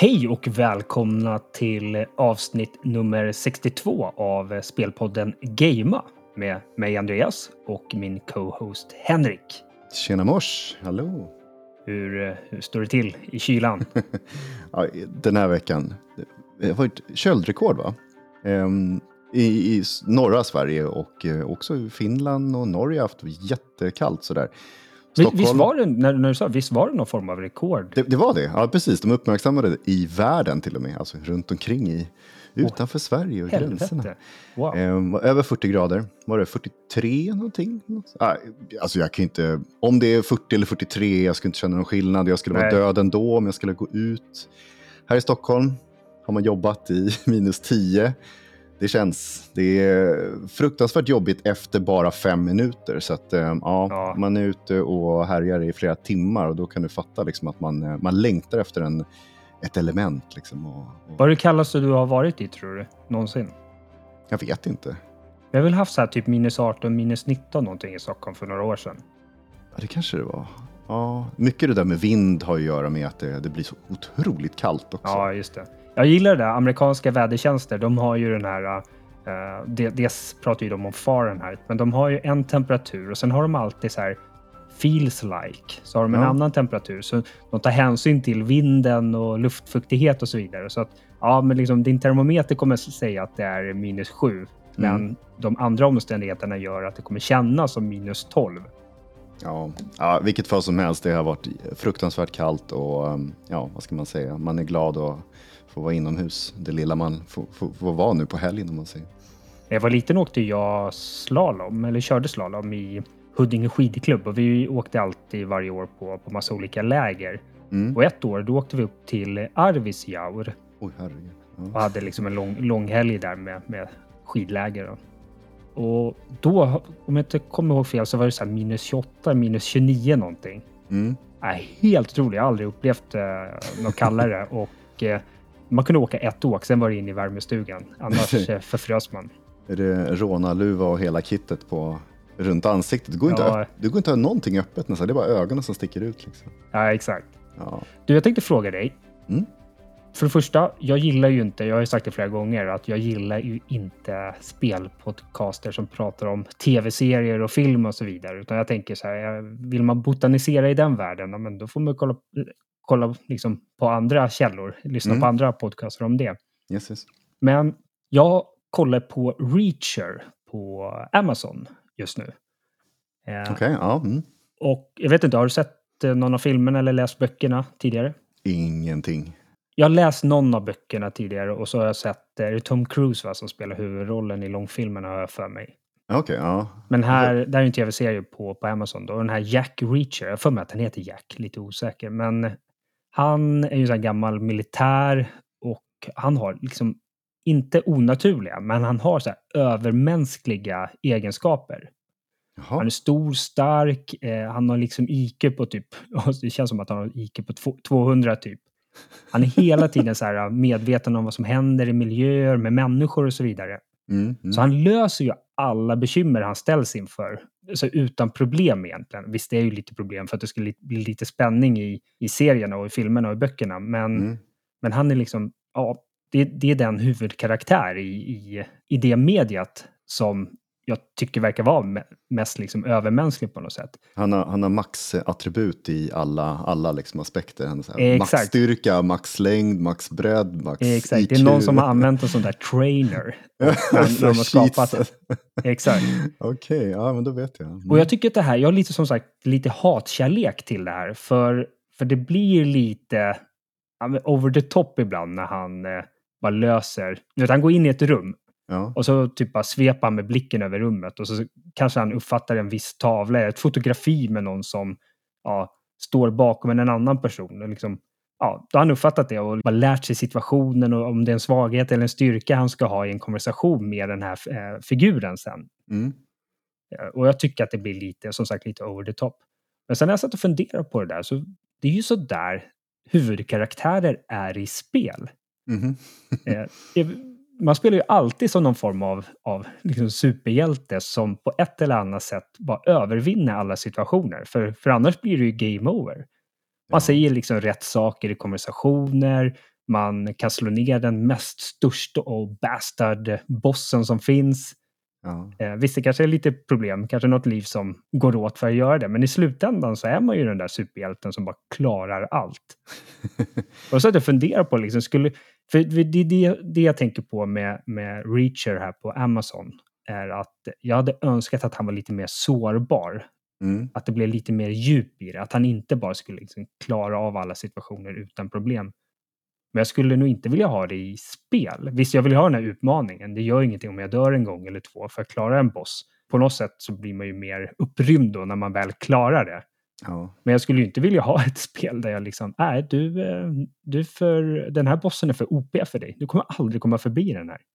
Hej och välkomna till avsnitt nummer 62 av spelpodden Gamea med mig Andreas och min co-host Henrik. Tjena mors, hallå. Hur står det till i kylan? Ja, den här veckan, det har varit köldrekord va? I norra Sverige och också i Finland och Norge har haft jättekallt sådär. Stockholm, visst var det, när du sa, visst var det någon form av rekord? Det var det, ja precis. De uppmärksammade det i världen till och med, alltså runt omkring utanför Sverige och gränserna. Wow. Över 40 grader, var det 43 någonting? Alltså jag kan inte, om det är 40 eller 43, jag skulle inte känna någon skillnad. Jag skulle vara död ändå om jag skulle gå ut. Här i Stockholm har man jobbat i minus 10. Det är fruktansvärt jobbigt efter bara 5 minuter. Så att man är ute och härjar i flera timmar. Och då kan du fatta liksom att man längtar efter ett element. Liksom, Vad är det kallaste du har varit i tror du? Någonsin? Jag vet inte. Jag har väl haft så här typ minus 18, minus 19 någonting i Stockholm för några år sedan. Ja, det kanske det var. Ja, mycket det där med vind har att göra med att det blir så otroligt kallt också. Ja, just det. Jag gillar det. Amerikanska vädertjänster, de har ju den här... dels pratar ju de om Fahrenheit, men de har ju en temperatur och sen har de alltid så här feels like. Så har de en annan temperatur. Så de tar hänsyn till vinden och luftfuktighet och så vidare. Så att, men liksom din termometer kommer säga att det är minus 7. Men de andra omständigheterna gör att det kommer kännas som minus 12. Ja, vilket fall som helst, det har varit fruktansvärt kallt och vad ska man säga, man är glad att få vara inomhus, det lilla man får vara nu på helgen om man säger. När jag var liten åkte jag körde slalom i Huddinge skidklubb och vi åkte alltid varje år på massa olika läger. Och ett år då åkte vi upp till Arvidsjaur. Oj, herregud. Ja. Och hade liksom en lång helg där med skidläger. Och då, om jag inte kommer ihåg fel, så var det så här minus 28, minus 29 någonting. Helt otroligt, jag har aldrig upplevt något kallare. Och man kunde åka ett åk, sen var det in i värmestugan. Annars förfrös man. Är det rånarluva och hela kittet runt ansiktet? Det går inte att ha någonting öppet nästan, det är bara ögonen som sticker ut. Liksom. Ja, exakt. Ja. Du, jag tänkte fråga dig. För det första, jag gillar ju inte, jag har ju sagt det flera gånger, att jag gillar ju inte spelpodcaster som pratar om tv-serier och film och så vidare. Utan jag tänker så här, vill man botanisera i den världen, men då får man kolla liksom på andra källor, lyssna på andra podcaster om det. Yes. Men jag kollar på Reacher på Amazon just nu. Okej. Och jag vet inte, har du sett någon av filmerna eller läst böckerna tidigare? Ingenting. Jag har läst någon av böckerna tidigare och så har jag sett Tom Cruise som spelar huvudrollen i långfilmerna har jag för mig. Okej, ja. Men där är en tv-serie på Amazon då. Och den här Jack Reacher, jag får med att han heter Jack, lite osäker. Men han är ju så här gammal militär och han har liksom inte onaturliga, men han har så här övermänskliga egenskaper. Jaha. Han är stor, stark, han har liksom IQ på typ, det känns som att han har IQ på 200 typ. Han är hela tiden så här medveten om vad som händer i miljöer med människor och så vidare. Så han löser ju alla bekymmer han ställs inför. Så utan problem egentligen. Visst, det är ju lite problem för att det skulle bli lite spänning i serierna och i filmerna och i böckerna. Men han är liksom, det är den huvudkaraktär i det mediet som jag tycker verkar vara mest liksom övermänsklig på något sätt. Han har max-attribut i alla liksom aspekter. Han är max-styrka, max-längd, max-bredd, max-IQ. Exakt, det är någon som har använt en sån där trainer. när de har skapat. Exakt. Okej, men då vet jag. Och jag tycker att det här, jag har lite som sagt lite hatkärlek till det här. För det blir lite over the top ibland när han bara löser. Han går in i ett rum. Ja. Och så typ bara sveper han med blicken över rummet och så kanske han uppfattar en viss tavla, ett fotografi med någon som står bakom en annan person. Och liksom, då har han uppfattat det och bara lärt sig situationen och om det är en svaghet eller en styrka han ska ha i en konversation med den här figuren sen. Och jag tycker att det blir lite, som sagt, lite over the top. Men sen när jag satt och funderade på det där, så det är ju så där huvudkaraktärer är i spel. Man spelar ju alltid som någon form av liksom superhjälte som på ett eller annat sätt bara övervinner alla situationer. För annars blir det ju game over. Man säger liksom rätt saker i konversationer. Man kan slå ner den mest största och bastard-bossen som finns. Ja. Visst, det kanske är lite problem, kanske något liv som går åt för att göra det, men i slutändan så är man ju den där superhjälten som bara klarar allt. Och så att jag funderar på liksom, för det jag tänker på med Reacher här på Amazon är att jag hade önskat att han var lite mer sårbar. Att det blev lite mer djup i det, att han inte bara skulle liksom klara av alla situationer utan problem. Men jag skulle nog inte vilja ha det i spel. Visst, jag vill ha den här utmaningen. Det gör ingenting om jag dör en gång eller två för att klara en boss. På något sätt så blir man ju mer upprymd då när man väl klarar det. Ja. Men jag skulle ju inte vilja ha ett spel där jag liksom, du för den här bossen är för OP för dig. Du kommer aldrig komma förbi den här.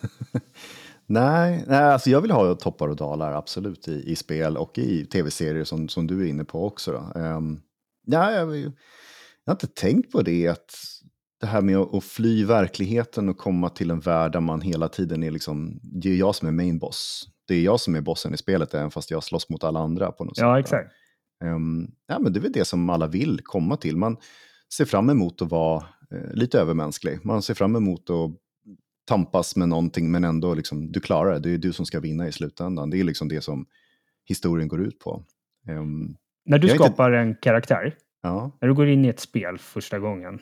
Nej, alltså jag vill ha toppar och dalar absolut i spel och i tv-serier som du är inne på också. Då. Jag har inte tänkt på det, att det här med att fly verkligheten och komma till en värld där man hela tiden är liksom, det är jag som är main boss. Det är jag som är bossen i spelet, även fast jag slåss mot alla andra på något sätt. Ja, exakt. Men det är väl det som alla vill komma till. Man ser fram emot att vara lite övermänsklig. Man ser fram emot att tampas med någonting, men ändå liksom, du klarar det. Det är du som ska vinna i slutändan. Det är liksom det som historien går ut på. När du skapar en karaktär, när du går in i ett spel första gången,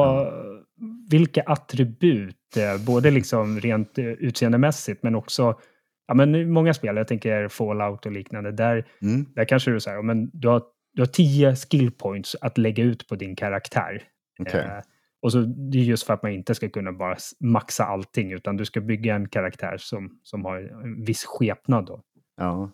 vilka attribut, både liksom rent utseendemässigt men också, men många spel, jag tänker Fallout och liknande, där kanske du säger, men du har 10 skill points att lägga ut på din karaktär. Okay. Och så det är just för att man inte ska kunna bara maxa allting, utan du ska bygga en karaktär som har en viss skepnad då. Ja.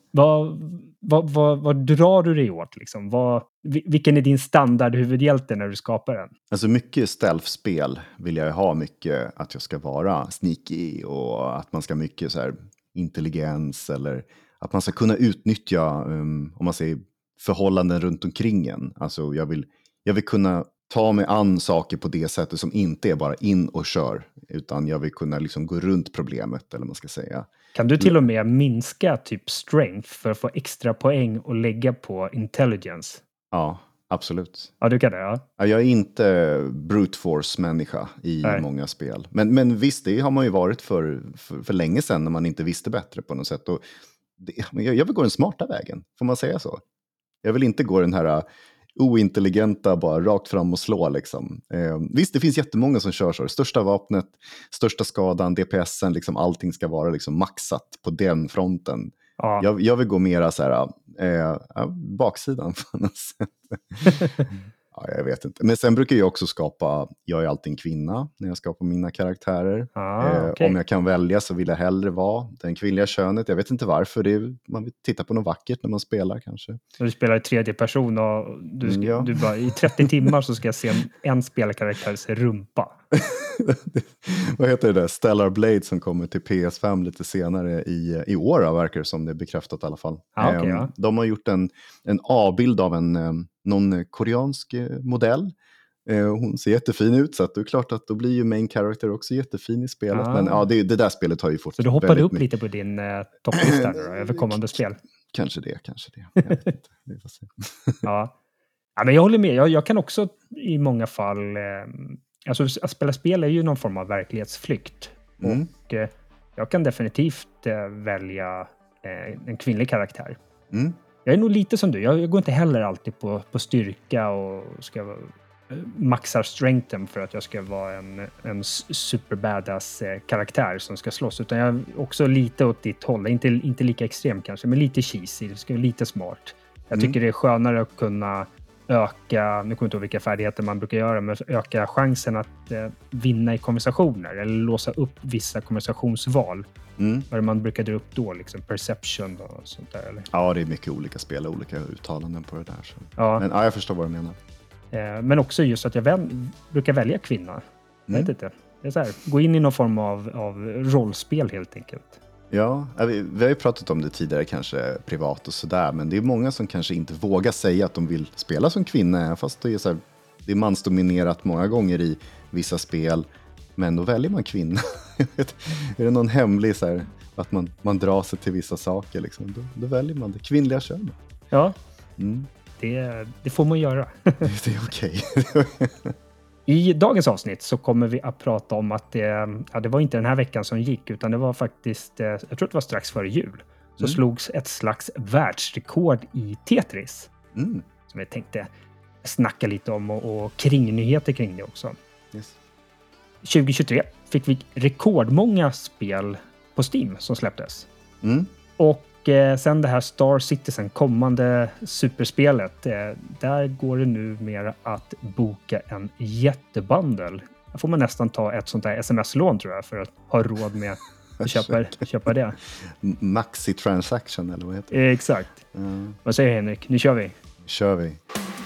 Vad drar du dig åt liksom? Vilken är din standard huvudhjälte när du skapar den? Alltså mycket stealth-spel vill jag ha, mycket att jag ska vara sneaky och att man ska mycket så här intelligens, eller att man ska kunna utnyttja om man säger förhållanden runt omkring en. Alltså jag vill kunna ta mig an saker på det sättet som inte är bara in och kör, utan jag vill kunna liksom gå runt problemet, eller vad man ska säga. Kan du till och med minska typ strength för att få extra poäng och lägga på intelligence? Ja, absolut. Ja, du kan det, ja. Jag är inte brute force-människa i många spel. Men visst, det har man ju varit för länge sedan när man inte visste bättre på något sätt. Och jag vill gå den smarta vägen, får man säga så? Jag vill inte gå den här ointelligenta, bara rakt fram och slå liksom. Visst, det finns jättemånga som kör så. Största vapnet, största skadan, DPSen, liksom allting ska vara liksom maxat på den fronten. Ja. Jag vill gå mera så här, baksidan på något sätt. Ja, jag vet inte. Men sen brukar jag också jag är alltid en kvinna när jag skapar mina karaktärer. Okay. Om jag kan välja så vill jag hellre vara den kvinnliga könet. Jag vet inte varför, man vill titta på något vackert när man spelar kanske. Du spelar i tredje person och du bara, i 30 timmar så ska jag se en spelarkaraktärs rumpa. Vad heter det där? Stellar Blade som kommer till PS5 lite senare i år, verkar det som, det är bekräftat i alla fall. De har gjort en avbild av någon koreansk modell. Hon ser jättefin ut, så att det är klart att då blir ju main character också jättefin i spelet. Men det där spelet har ju fått. Så du hoppade upp lite på din topplista då, över kommande spel? Kanske det. Jag vet inte. Vi får se. Ja, men jag håller med. Jag kan också i många fall, alltså att spela spel är ju någon form av verklighetsflykt. Och jag kan definitivt välja en kvinnlig karaktär. Jag är nog lite som du. Jag går inte heller alltid på styrka och ska maxar strengthen för att jag ska vara en super badass karaktär som ska slåss. Utan jag är också lite åt ditt håll. Inte lika extrem kanske, men lite cheesy. Det ska vara lite smart. Jag tycker det är skönare att kunna öka, nu kommer jag inte ihåg vilka färdigheter man brukar göra, men öka chansen att vinna i konversationer eller låsa upp vissa konversationsval. Vad är det man brukar dra upp då, liksom perception och sånt där, eller? Ja, det är mycket olika spel och olika uttalanden på det där. Så. Ja. Men jag förstår vad du menar. Men också just att jag brukar välja kvinna. Jag vet inte. Det är så här, gå in i någon form av rollspel helt enkelt. Ja, vi har ju pratat om det tidigare kanske privat och sådär, men det är många som kanske inte vågar säga att de vill spela som kvinna, fast det är, så här, det är mansdominerat många gånger i vissa spel, men då väljer man kvinna. Är det någon hemlig så här, att man drar sig till vissa saker liksom, då väljer man det kvinnliga könet. Ja, det får man göra. Det är okej. I dagens avsnitt så kommer vi att prata om att det var inte den här veckan som gick, utan det var faktiskt, jag tror det var strax före jul, så slogs ett slags världsrekord i Tetris. Som jag tänkte snacka lite om och kringnyheter kring det också. Yes. 2023 fick vi rekordmånga spel på Steam som släpptes. Och sen det här Star Citizen, kommande superspelet, där går det nu mer att boka en jättebundle. Där får man nästan ta ett sånt där sms-lån tror jag för att ha råd med att köpa det. Maxi transaction eller vad heter det? Exakt. Vad säger Henrik? Nu kör vi. Kör vi.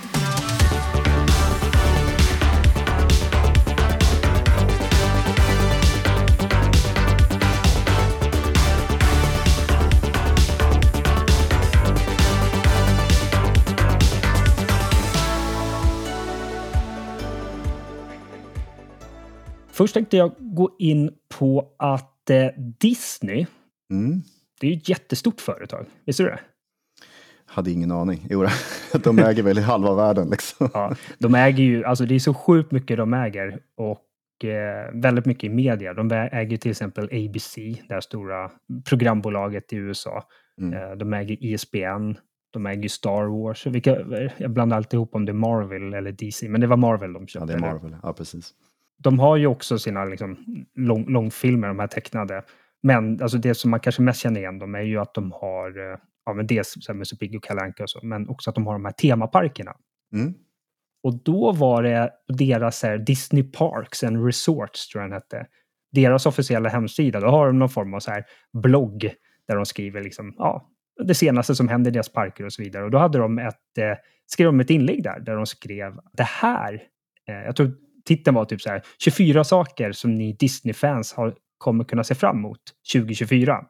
Först tänkte jag gå in på att Disney, det är ju ett jättestort företag. Visste du det? Hade ingen aning. Jo, de äger väl halva världen liksom. Ja, de äger ju, alltså det är så sjukt mycket de äger och väldigt mycket i media. De äger till exempel ABC, det här stora programbolaget i USA. De äger ESPN, de äger Star Wars. Jag blandar alltid ihop om det är Marvel eller DC, men det var Marvel de köpte. Ja, det är Marvel. Ja, precis. De har ju också sina liksom, långfilmer, de här tecknade. Men alltså det som man kanske mest känner igen dem är ju att de har, men dels med så Piggy och Kalle Anka och så, men också att de har de här temaparkerna. Och då var det deras Disney Parks and Resorts, tror jag den hette. Deras officiella hemsida, då har de någon form av så här blogg där de skriver liksom, det senaste som händer i deras parker och så vidare. Och då hade de skrev de ett inlägg där de skrev det här. Jag tror titeln var typ så här 24 saker som ni Disney-fans kommer kunna se fram emot 2024.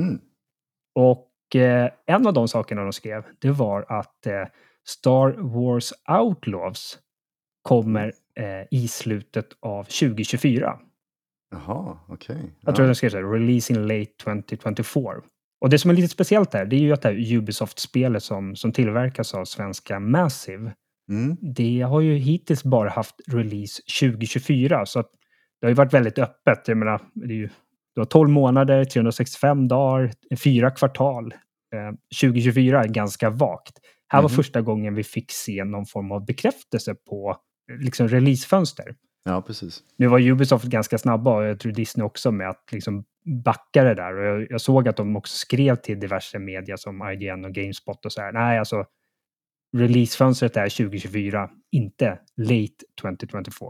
Och en av de sakerna de skrev, det var att Star Wars Outlaws kommer i slutet av 2024. Jaha, okej. Jag tror de skrev så här, release in late 2024. Och det som är lite speciellt där, det är ju att det här Ubisoft-spelet som tillverkas av svenska Massive, det har ju hittills bara haft release 2024, så att det har ju varit väldigt öppet. Jag menar, det var 12 månader, 365 dagar, 4 kvartal. 2024 är ganska vagt. Här var första gången vi fick se någon form av bekräftelse på liksom releasefönster. Ja, precis. Nu var Ubisoft ganska snabba och jag tror Disney också med att liksom backa det där. Och jag såg att de också skrev till diverse media som IGN och GameSpot och så här. Nej, alltså releasefönstret är 2024, inte late 2024.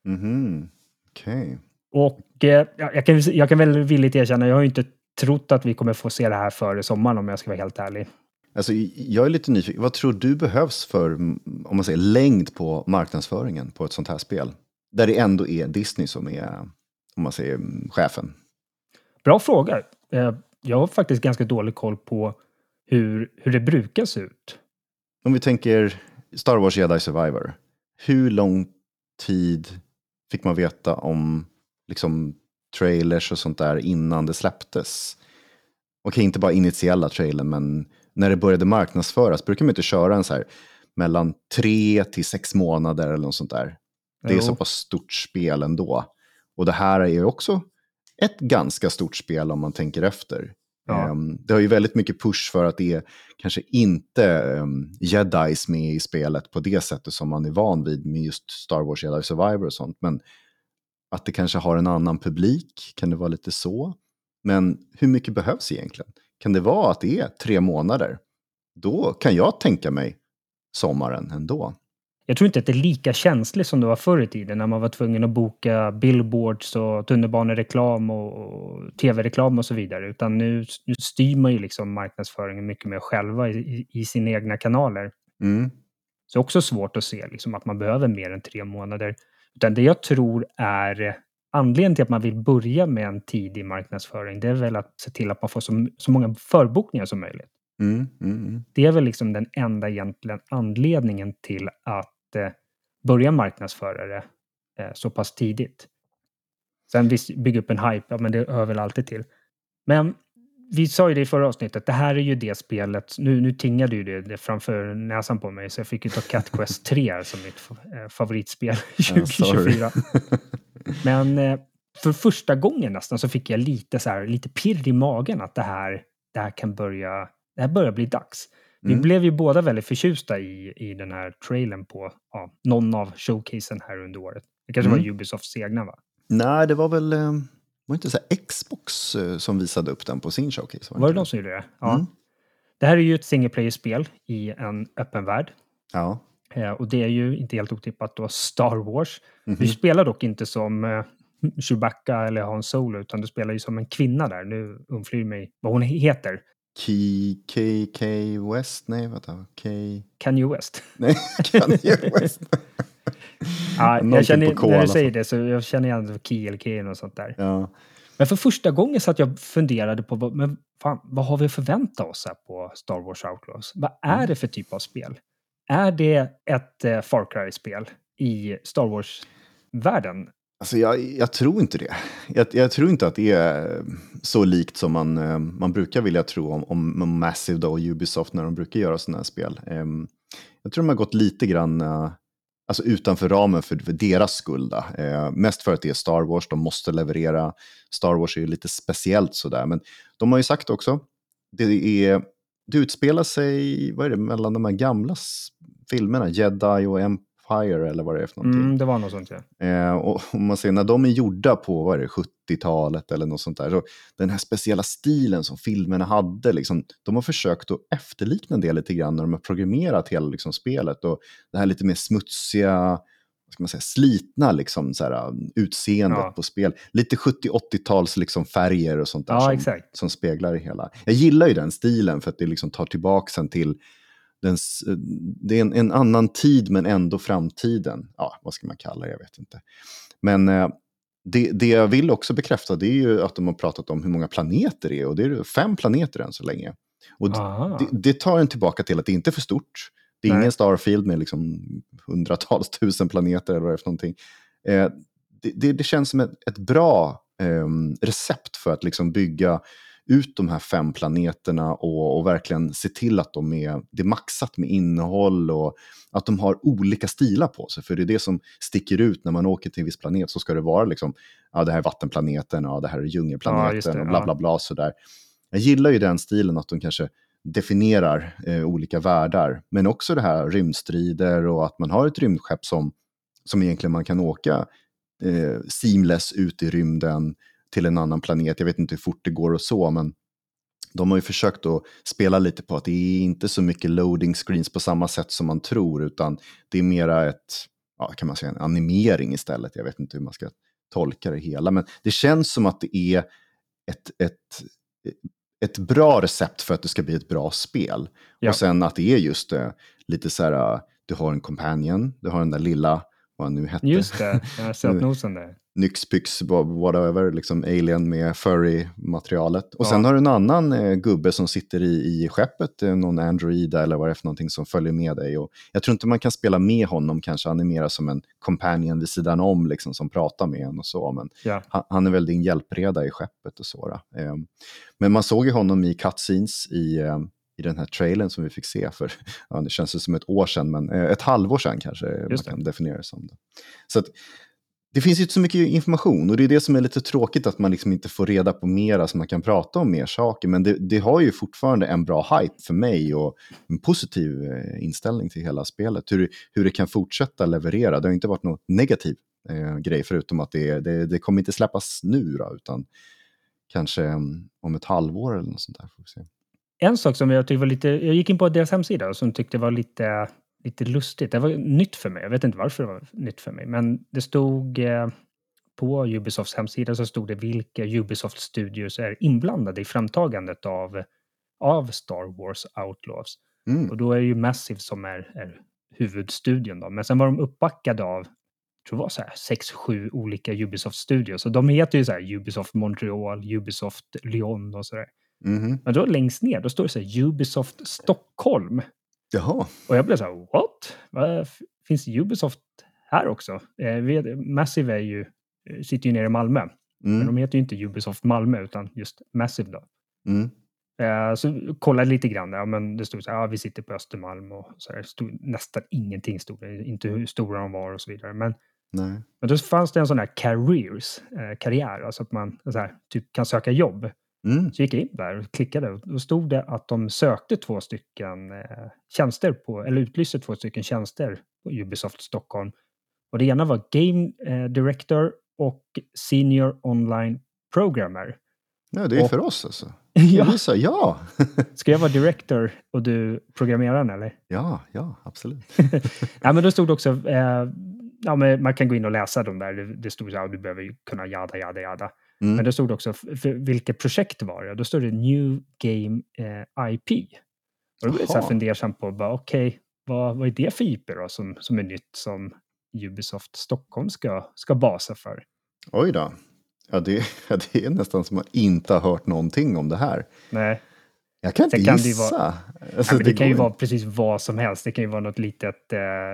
Okej. Och jag kan väl villigt erkänna, jag har ju inte trott att vi kommer få se det här före sommaren om jag ska vara helt ärlig. Alltså, jag är lite nyfiken. Vad tror du behövs för, om man säger, längd på marknadsföringen på ett sånt här spel? Där det ändå är Disney som är, om man säger, chefen. Bra fråga. Jag har faktiskt ganska dålig koll på hur det brukar se ut. Om vi tänker Star Wars Jedi Survivor. Hur lång tid fick man veta om liksom trailers och sånt där innan det släpptes? Okej, inte bara initiella trailern, men när det började marknadsföras brukar man inte köra en så här mellan 3 till 6 månader eller något sånt där. Det är så pass stort spel ändå. Och det här är ju också ett ganska stort spel om man tänker efter. Ja. Det har ju väldigt mycket push för att det är kanske inte Jedis med i spelet på det sättet som man är van vid med just Star Wars Jedi Survivor och sånt. Men att det kanske har en annan publik, kan det vara lite så. Men hur mycket behövs egentligen? Kan det vara att det är 3 månader? Då kan jag tänka mig sommaren ändå. Jag tror inte att det är lika känsligt som det var förr i tiden när man var tvungen att boka billboards och tunnelbanereklam och tv-reklam och så vidare. Utan nu styr man ju liksom marknadsföringen mycket mer själva i sina egna kanaler. Så det är också svårt att se liksom att man behöver mer än 3 månader. Utan det jag tror är anledningen till att man vill börja med en tidig marknadsföring, det är väl att se till att man får så många förbokningar som möjligt. Det är väl liksom den enda egentligen anledningen till att börja marknadsföra det så pass tidigt. Sen visst, bygga upp en hype, men det hör väl alltid till. Men vi sa ju det i förra avsnittet, det här är ju det spelet, nu tingade ju det framför näsan på mig, så jag fick ju ta Cat Quest 3 som mitt favoritspel 2024. Men för första gången nästan så fick jag lite pirr i magen att det här börjar bli dags. Vi blev ju båda väldigt förtjusta i den här trailern på någon av showcasen här under året. Det kanske var Ubisofts egna, va? Nej, det var väl var inte så här Xbox som visade upp den på sin showcase? Var det de som gjorde det? Ja. Det här är ju ett single player-spel i en öppen värld. Ja. Och det är ju inte helt otippat då Star Wars. Du spelar dock inte som Chewbacca eller Han Solo, utan du spelar ju som en kvinna där. Nu undflyr mig vad hon heter. K West? Nej, vänta. Kanye West. Nej, Kanye West. Ja, jag känner, när du säger det så jag känner igen Key eller Key och sånt där. Ja. Men för första gången så att jag funderade på vad har vi förväntat oss här på Star Wars Outlaws? Vad är det för typ av spel? Är det ett Far Cry-spel i Star Wars-världen? Alltså jag tror inte det. Jag tror inte att det är så likt som man brukar vilja tro om Massive då, och Ubisoft när de brukar göra sådana här spel. Jag tror de har gått lite grann alltså utanför ramen för deras skull. Mest för att det är Star Wars, de måste leverera. Star Wars är ju lite speciellt sådär. Men de har ju sagt också, det utspelar sig, vad är det, mellan de här gamla filmerna, Jedi och Empire eller vad det är för någonting. Det var något sånt, ja. Och om man ser när de är gjorda på, vad är det, 70-talet eller något sånt där, så den här speciella stilen som filmerna hade, liksom, de har försökt att efterlikna det lite grann när de har programmerat hela liksom, spelet, och det här lite mer smutsiga, vad ska man säga, slitna liksom, så här, utseendet på spel. Lite 70-80-tals liksom, färger och sånt där som speglar det hela. Jag gillar ju den stilen för att det liksom tar tillbaka en till det är en annan tid men ändå framtiden. Ja, vad ska man kalla det? Jag vet inte. Men det jag vill också bekräfta, det är ju att de har pratat om hur många planeter det är. Och det är 5 planeter än så länge. Och det tar en tillbaka till att det inte är för stort. Det är ingen Starfield med liksom hundratals tusen planeter eller vad det är för någonting. Det känns som ett bra recept för att liksom bygga ut de här 5 planeterna och verkligen se till att det är maxat med innehåll och att de har olika stilar på sig. För det är det som sticker ut när man åker till en viss planet, så ska det vara liksom, ja, det här är vattenplaneten, ja, det här är djungelplaneten och bla bla bla sådär. Jag gillar ju den stilen att de kanske definierar olika världar, men också det här rymdstrider och att man har ett rymdskepp som egentligen man kan åka seamless ut i rymden till en annan planet. Jag vet inte hur fort det går och så, men de har ju försökt att spela lite på att det är inte så mycket loading screens på samma sätt som man tror, utan det är mera kan man säga, en animering istället. Jag vet inte hur man ska tolka det hela, men det känns som att det är ett bra recept för att det ska bli ett bra spel. Ja. Och sen att det är just lite så här, du har en companion, du har den där lilla, vad nu hette. Just det, jag har sett nosen där. Nyxpyx, whatever, liksom alien med furry-materialet. Och sen har du en annan gubbe som sitter i skeppet, någon android eller vad det är för någonting som följer med dig. Och jag tror inte man kan spela med honom, kanske animera som en companion vid sidan om, liksom, som pratar med en och så. Men han är väl din hjälpreda i skeppet och så. Men man såg ju honom i cutscenes i den här trailern som vi fick se för, det känns som ett år sedan, men ett halvår sedan kanske man kan definiera det som. Så att det finns ju inte så mycket information, och det är det som är lite tråkigt, att man liksom inte får reda på mera så man kan prata om mer saker. Men det har ju fortfarande en bra hype för mig och en positiv inställning till hela spelet. Hur det kan fortsätta leverera. Det har inte varit någon negativ grej, förutom att det kommer inte släppas nu då, utan kanske om ett halvår eller något sånt där, får vi se. En sak som jag tyckte var lite, jag gick in på deras hemsida och som tyckte var lite lustigt. Det var nytt för mig. Jag vet inte varför det var nytt för mig. Men det stod på Ubisofts hemsida, så stod det vilka Ubisoft Studios är inblandade i framtagandet av Star Wars Outlaws. Och då är det ju Massive som är huvudstudion då. Men sen var de uppbackade av, jag tror det var så här 6-7 olika Ubisoft Studios. Och de heter ju så här Ubisoft Montreal, Ubisoft Lyon och sådär. Men då längst ner, då står det så här Ubisoft Stockholm. Jaha. Och jag blev så här, what? Finns Ubisoft här också? Massive sitter ju nere i Malmö. Men de heter ju inte Ubisoft Malmö, utan just Massive då. Mm. Så kollade lite grann där, men det stod så här, vi sitter på Östermalm och så här, stod nästan ingenting, stod det, inte hur stora de var och så vidare. Men Nej. då fanns det en sån här karriär, alltså att man så här, typ kan söka jobb. Mm. Så gick jag in där och klickade och då stod det att de sökte 2 stycken tjänster eller utlyste 2 stycken tjänster på Ubisoft Stockholm. Och det ena var Game Director och Senior Online Programmer. Ja, det är för oss alltså. Ja. Vi sa ja. Ska jag vara director och du programmeraren eller? Ja, absolut. Ja, men då stod det också, men man kan gå in och läsa dem där. Det stod så här, du behöver ju kunna jada. Mm. Men det stod också för vilket projekt var det? Då stod det New Game IP. Och då blev jag så här fundersam på, okej, vad är det för IP då som är nytt som Ubisoft Stockholm ska basa för? Oj då. Ja, det är nästan som man inte har hört någonting om det här. Nej. Jag kan inte gissa. Det kan ju vara precis vad som helst. Det kan ju vara något litet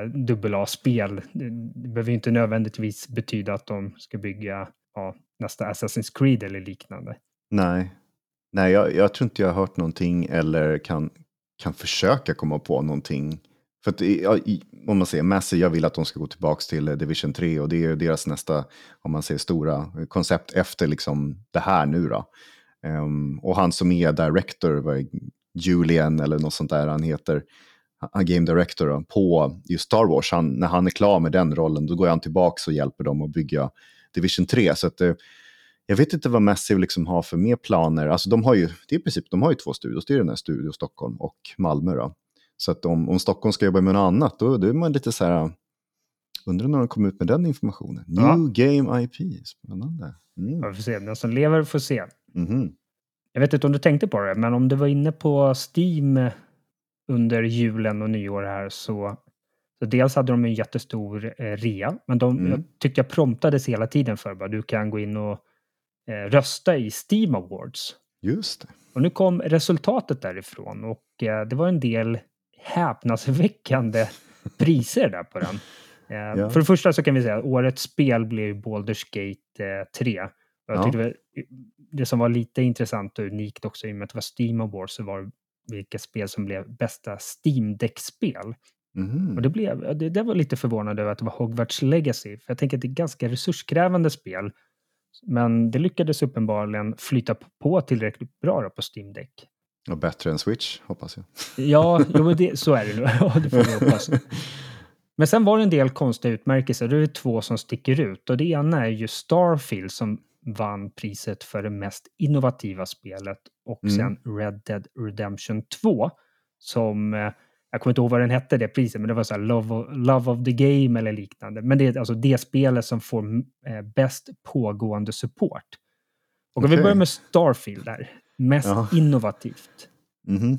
AA-spel. Det behöver ju inte nödvändigtvis betyda att de ska bygga nästa Assassin's Creed eller liknande. Nej, jag tror inte jag har hört någonting eller kan försöka komma på någonting. För att, om man säger Massive, jag vill att de ska gå tillbaka till Division 3 och det är deras nästa, om man säger stora koncept efter liksom det här nu då. Och han som är director, Julian eller något sånt där han heter, game director då, på just Star Wars, när han är klar med den rollen då går han tillbaka och hjälper dem att bygga Division 3. Så att jag vet inte vad Massive liksom har för mer planer. Alltså de har ju 2 studios. Det är den här Studio Stockholm och Malmö då. Så att om Stockholm ska jobba med något annat då är man lite så här, undrar när de kommer ut med den informationen. New Game IP, spännande. Ja, vi får se, den som lever får se. Mm-hmm. Jag vet inte om du tänkte på det, men om du var inne på Steam under julen och nyår här så dels hade de en jättestor rea, men jag tyckte jag promptades hela tiden för att du kan gå in och rösta i Steam Awards. Just det. Och nu kom resultatet därifrån och det var en del häpnadsväckande priser där på den. För det första så kan vi säga att årets spel blev Baldur's Gate 3. Och jag tyckte det som var lite intressant och unikt också i och med att det var Steam Awards så var vilka spel som blev bästa Steam Deck-spel. Mm. Och det var lite förvånande över att det var Hogwarts Legacy. För jag tänker att det är ganska resurskrävande spel. Men det lyckades uppenbarligen flytta på tillräckligt bra på Steam Deck. Och bättre än Switch, hoppas jag. Ja, men så är det nu. Ja, det får vi hoppas. Men sen var det en del konstiga utmärkelser. Det är 2 som sticker ut. Och det ena är ju Starfield som vann priset för det mest innovativa spelet. Och sen Red Dead Redemption 2 som... jag kommer inte ihåg vad den hette, det priset, men det var så här Love of the Game eller liknande. Men det är alltså det spelet som får bäst pågående support. Och om vi börjar med Starfield där. Mest innovativt. Mm-hmm.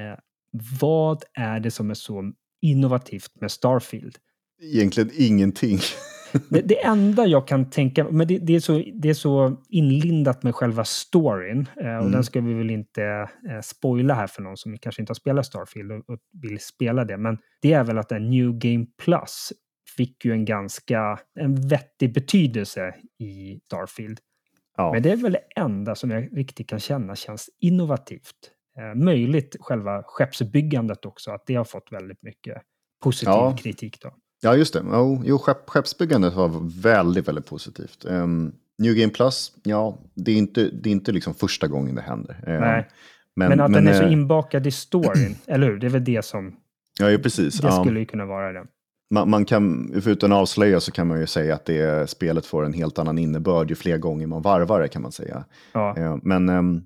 Vad är det som är så innovativt med Starfield? Egentligen ingenting. Det enda jag kan tänka, men det är så inlindat med själva storyn. Och den ska vi väl inte spoila här för någon som kanske inte har spelat Starfield och vill spela det. Men det är väl att en New Game Plus fick ju en vettig betydelse i Starfield. Ja. Men det är väl det enda som jag riktigt kan känna känns innovativt. Möjligt själva skeppsbyggandet också, att det har fått väldigt mycket positiv kritik då. Ja, just det. Skeppsbyggandet var väldigt, väldigt positivt. New Game Plus, det är inte liksom första gången det händer. Nej, men att den är så inbakad i storyn, eller hur? Det är väl det som... Ja, precis. Det skulle ju kunna vara det. Man kan, förutom att avslöja så kan man ju säga att spelet får en helt annan innebörd ju fler gånger man varvar det, kan man säga. Ja. Men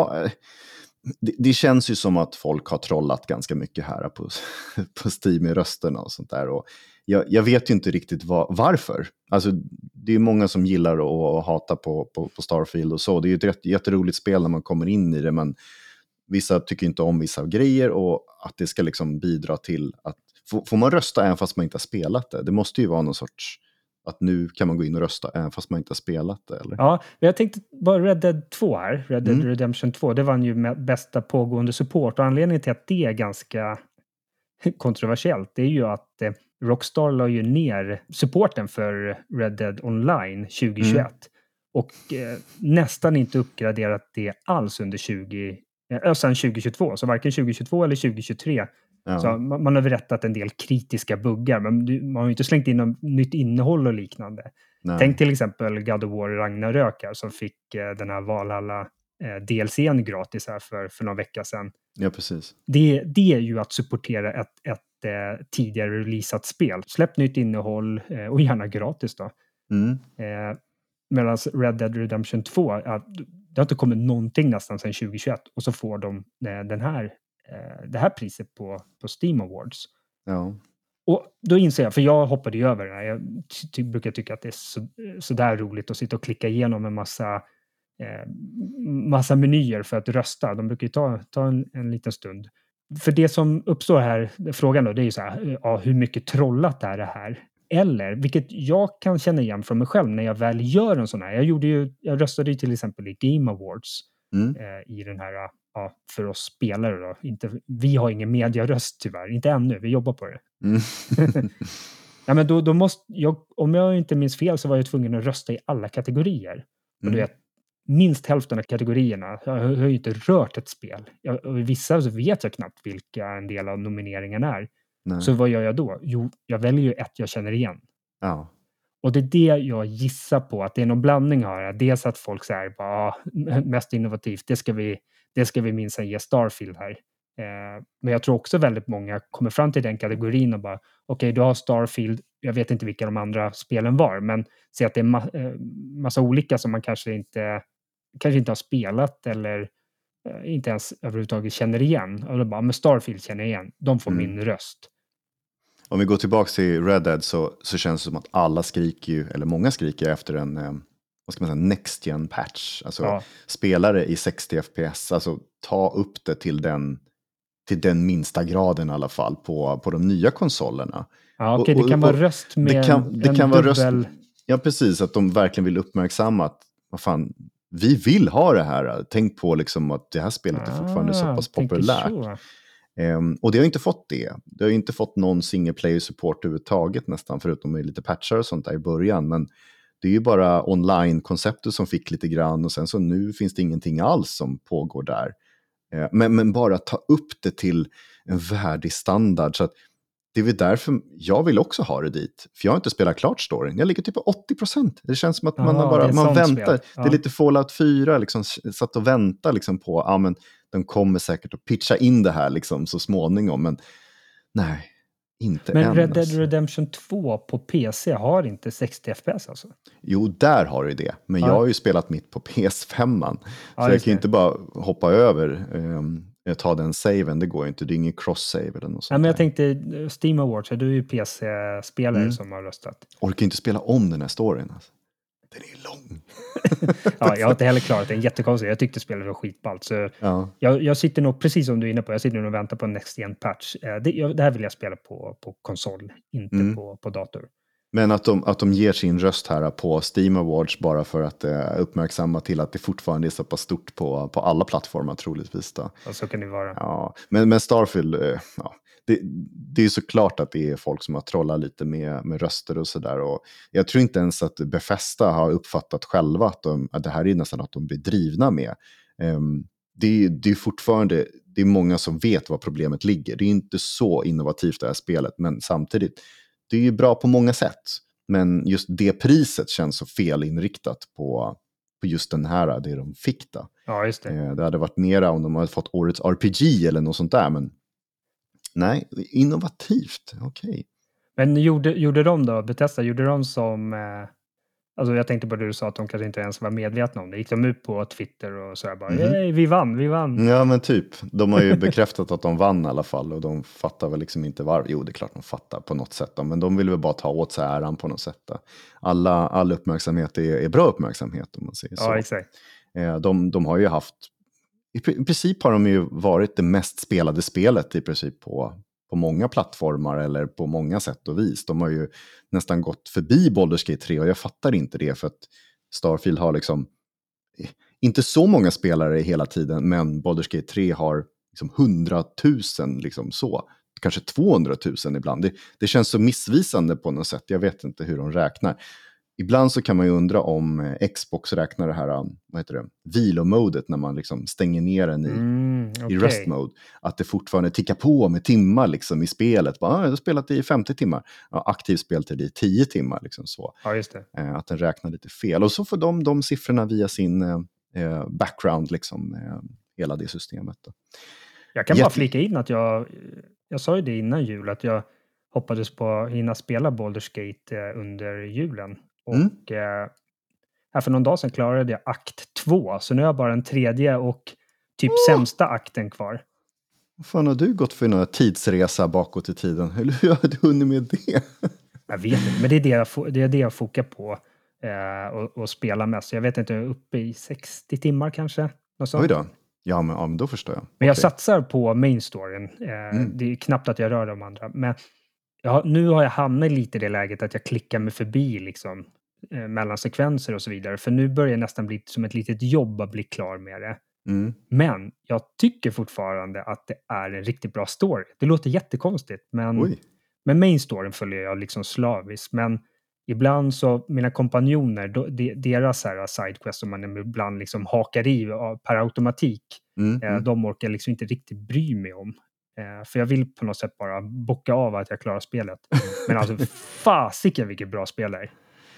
det känns ju som att folk har trollat ganska mycket här på Steam i rösterna och sånt där. Och jag vet ju inte riktigt varför. Alltså, det är många som gillar att hata på Starfield och så. Det är ju ett jätteroligt spel när man kommer in i det, men vissa tycker inte om vissa grejer och att det ska liksom bidra till att får man rösta även fast man inte har spelat det? Det måste ju vara någon sorts att nu kan man gå in och rösta även fast man inte har spelat det, eller? Ja, jag tänkte bara Red Dead 2 här. Red Dead Redemption 2, det vann ju med bästa pågående support. Och anledningen till att det är ganska kontroversiellt, det är ju att Rockstar la ju ner supporten för Red Dead Online 2021. och nästan inte uppgraderat det alls under sen 2022. Så varken 2022 eller 2023. Ja. Så man har berättat en del kritiska buggar, men man har ju inte slängt in något nytt innehåll och liknande. Nej. Tänk till exempel God of War Ragnarök här, som fick den här Valhalla DLC:n gratis här för några veckor sedan. Ja, precis. Det är ju att supportera ett tidigare releasat spel. Släpp nytt innehåll och gärna gratis då. Medan Red Dead Redemption 2, det har inte kommit någonting nästan sedan 2021 och så får de det här priset på Steam Awards. Ja. Och då inser jag, för jag hoppade ju över det här. Jag brukar tycka att det är så där roligt att sitta och klicka igenom en massa menyer för att rösta. De brukar ju ta en liten stund. För det som uppstår här, frågan då, det är ju så här, ja, hur mycket trollat är det här? Eller, vilket jag kan känna igen från mig själv när jag väl gör en sån här. Jag röstade ju till exempel i Game Awards i den här, för oss spelare då. Vi har ingen mediaröst tyvärr, inte ännu, vi jobbar på det. Ja, men då måste om jag inte minns fel så var jag tvungen att rösta i alla kategorier. Och du vet, minst hälften av kategorierna, jag har ju inte rört ett spel. Och i vissa så vet jag knappt vilka en del av nomineringen är. Nej. Så vad gör jag då? Jo, jag väljer ju ett jag känner igen. Ja. Och det är det jag gissar på, att det är någon blandning här. Dels att folk säger bara, mest innovativt, det ska vi minst ge Starfield här. Men jag tror också väldigt många kommer fram till den kategorin och bara, okej, du har Starfield, jag vet inte vilka de andra spelen var, men se att det är massa olika som man kanske inte har spelat eller inte ens överhuvudtaget känner igen. Och då bara, men Starfield känner jag igen, de får min röst. Om vi går tillbaka till Red Dead så känns det som att alla många skriker efter en vad ska man säga, next gen patch. Alltså spelare i 60 FPS, alltså ta upp det till den minsta graden i alla fall på de nya konsolerna. Ja, okej, det kan vara röst med det kan vara röst. Ja, precis, att de verkligen vill uppmärksamma att vad fan, vi vill ha det här. Tänk på liksom att det här spelet är fortfarande så pass populärt. Och det har inte fått det. Det har inte fått någon single player support överhuvudtaget nästan, förutom med lite patchar och sånt där i början. Men det är ju bara online-konceptet som fick lite grann, och sen så nu finns det ingenting alls som pågår där. Men bara ta upp det till en värdig standard, så att det är väl därför jag vill också ha det dit. För jag har inte spelat klart storyn. Jag ligger typ på 80%. Det känns som att man väntar. Ja. Det är lite Fallout 4 liksom, satt och väntar liksom på, men de kommer säkert att pitcha in det här liksom så småningom, men nej, inte än. Men Red Dead Redemption 2 på PC har inte 60 FPS alltså? Jo, där har du det. Men jag har ju spelat mitt på PS5. Så jag kan ju inte bara hoppa över, ta den saven, det går ju inte. Det är ingen cross-save eller något sånt. Ja, men jag tänkte Steam Awards, du är ju PC-spelare som har röstat. Orkar inte spela om den här storyn alltså. Den är lång. Ja, jag har inte heller klarat den, jättekonstigt. Jag tyckte spelet var skitballt. Så jag sitter nog, precis som du är inne på, jag sitter nog och väntar på en Next Gen patch. Det här vill jag spela på konsol, inte på dator. Men att de ger sin röst här på Steam Awards bara för att uppmärksamma till att det fortfarande är så pass stort på alla plattformar troligtvis då. Ja, så kan det vara. Ja, men Starfield, det är såklart att det är folk som har trollat lite med röster och sådär. Och jag tror inte ens att Bethesda har uppfattat själva att det här är nästan att de blir drivna med. Det är fortfarande, det är många som vet vad problemet ligger. Det är inte så innovativt det här spelet, men samtidigt, det är ju bra på många sätt. Men just det priset känns så felinriktat på just den här, det de fick då. Ja, just det. Det hade varit mera om de hade fått årets RPG eller något sånt där, men nej, innovativt, okej. Men gjorde de då, Bethesda, gjorde de som... Alltså jag tänkte på det du sa, att de kanske inte ens var medvetna om det. Gick de ut på Twitter och så här bara, vi vann. Ja, men typ. De har ju bekräftat att de vann i alla fall, och de fattar väl liksom inte varför. Jo, det är klart de fattar på något sätt då, men de vill väl bara ta åt sig äran på något sätt då. All uppmärksamhet är bra uppmärksamhet, om man säger så. Ja, exakt. De har ju haft... I princip har de ju varit det mest spelade spelet i princip på många plattformar eller på många sätt och vis. De har ju nästan gått förbi Baldur's Gate 3, och jag fattar inte det, för att Starfield har liksom inte så många spelare hela tiden, men Baldur's Gate 3 har liksom 100 000 liksom så. Kanske 200 000 ibland. Det känns så missvisande på något sätt. Jag vet inte hur de räknar. ibland så kan man ju undra om Xbox räknar det här, vad heter det, vilomodet när man liksom stänger ner den i rest mode. Att det fortfarande tickar på med timmar liksom i spelet. Bara, jag har spelat i 50 timmar. Ja, aktiv speltid i 10 timmar. Liksom så. Ja, just det. Att den räknar lite fel. Och så får de siffrorna via sin background, liksom, hela det systemet. Då. Jag kan bara flika in att jag sa ju det innan jul att jag hoppades på att hinna spela Baldur's Gate under julen. Och här för någon dag sedan klarade jag akt 2. Så nu har jag bara den tredje och typ sämsta akten kvar. Vad fan har du gått för några tidsresa bakåt i tiden? Eller hur har du hunnit med det? Jag vet inte, men det är det jag fokar på och spela mest. Jag vet inte, jag är uppe i 60 timmar kanske. Oj då. Ja, men då förstår jag. Men jag satsar på main storyn. Det är knappt att jag rör de andra. Men nu har jag hamnat lite i det läget att jag klickar mig förbi liksom, mellan sekvenser och så vidare. För nu börjar det nästan bli som ett litet jobb att bli klar med det. Men jag tycker fortfarande att det är en riktigt bra story. Det låter jättekonstigt, men main storyn följer jag liksom slaviskt. Men ibland så, mina kompanjoner, deras sidequest som man ibland liksom hakar i per automatik, de orkar liksom inte riktigt bry mig om. För jag vill på något sätt bara bocka av att jag klarar spelet. Men alltså, fasiken vilket bra spel det är.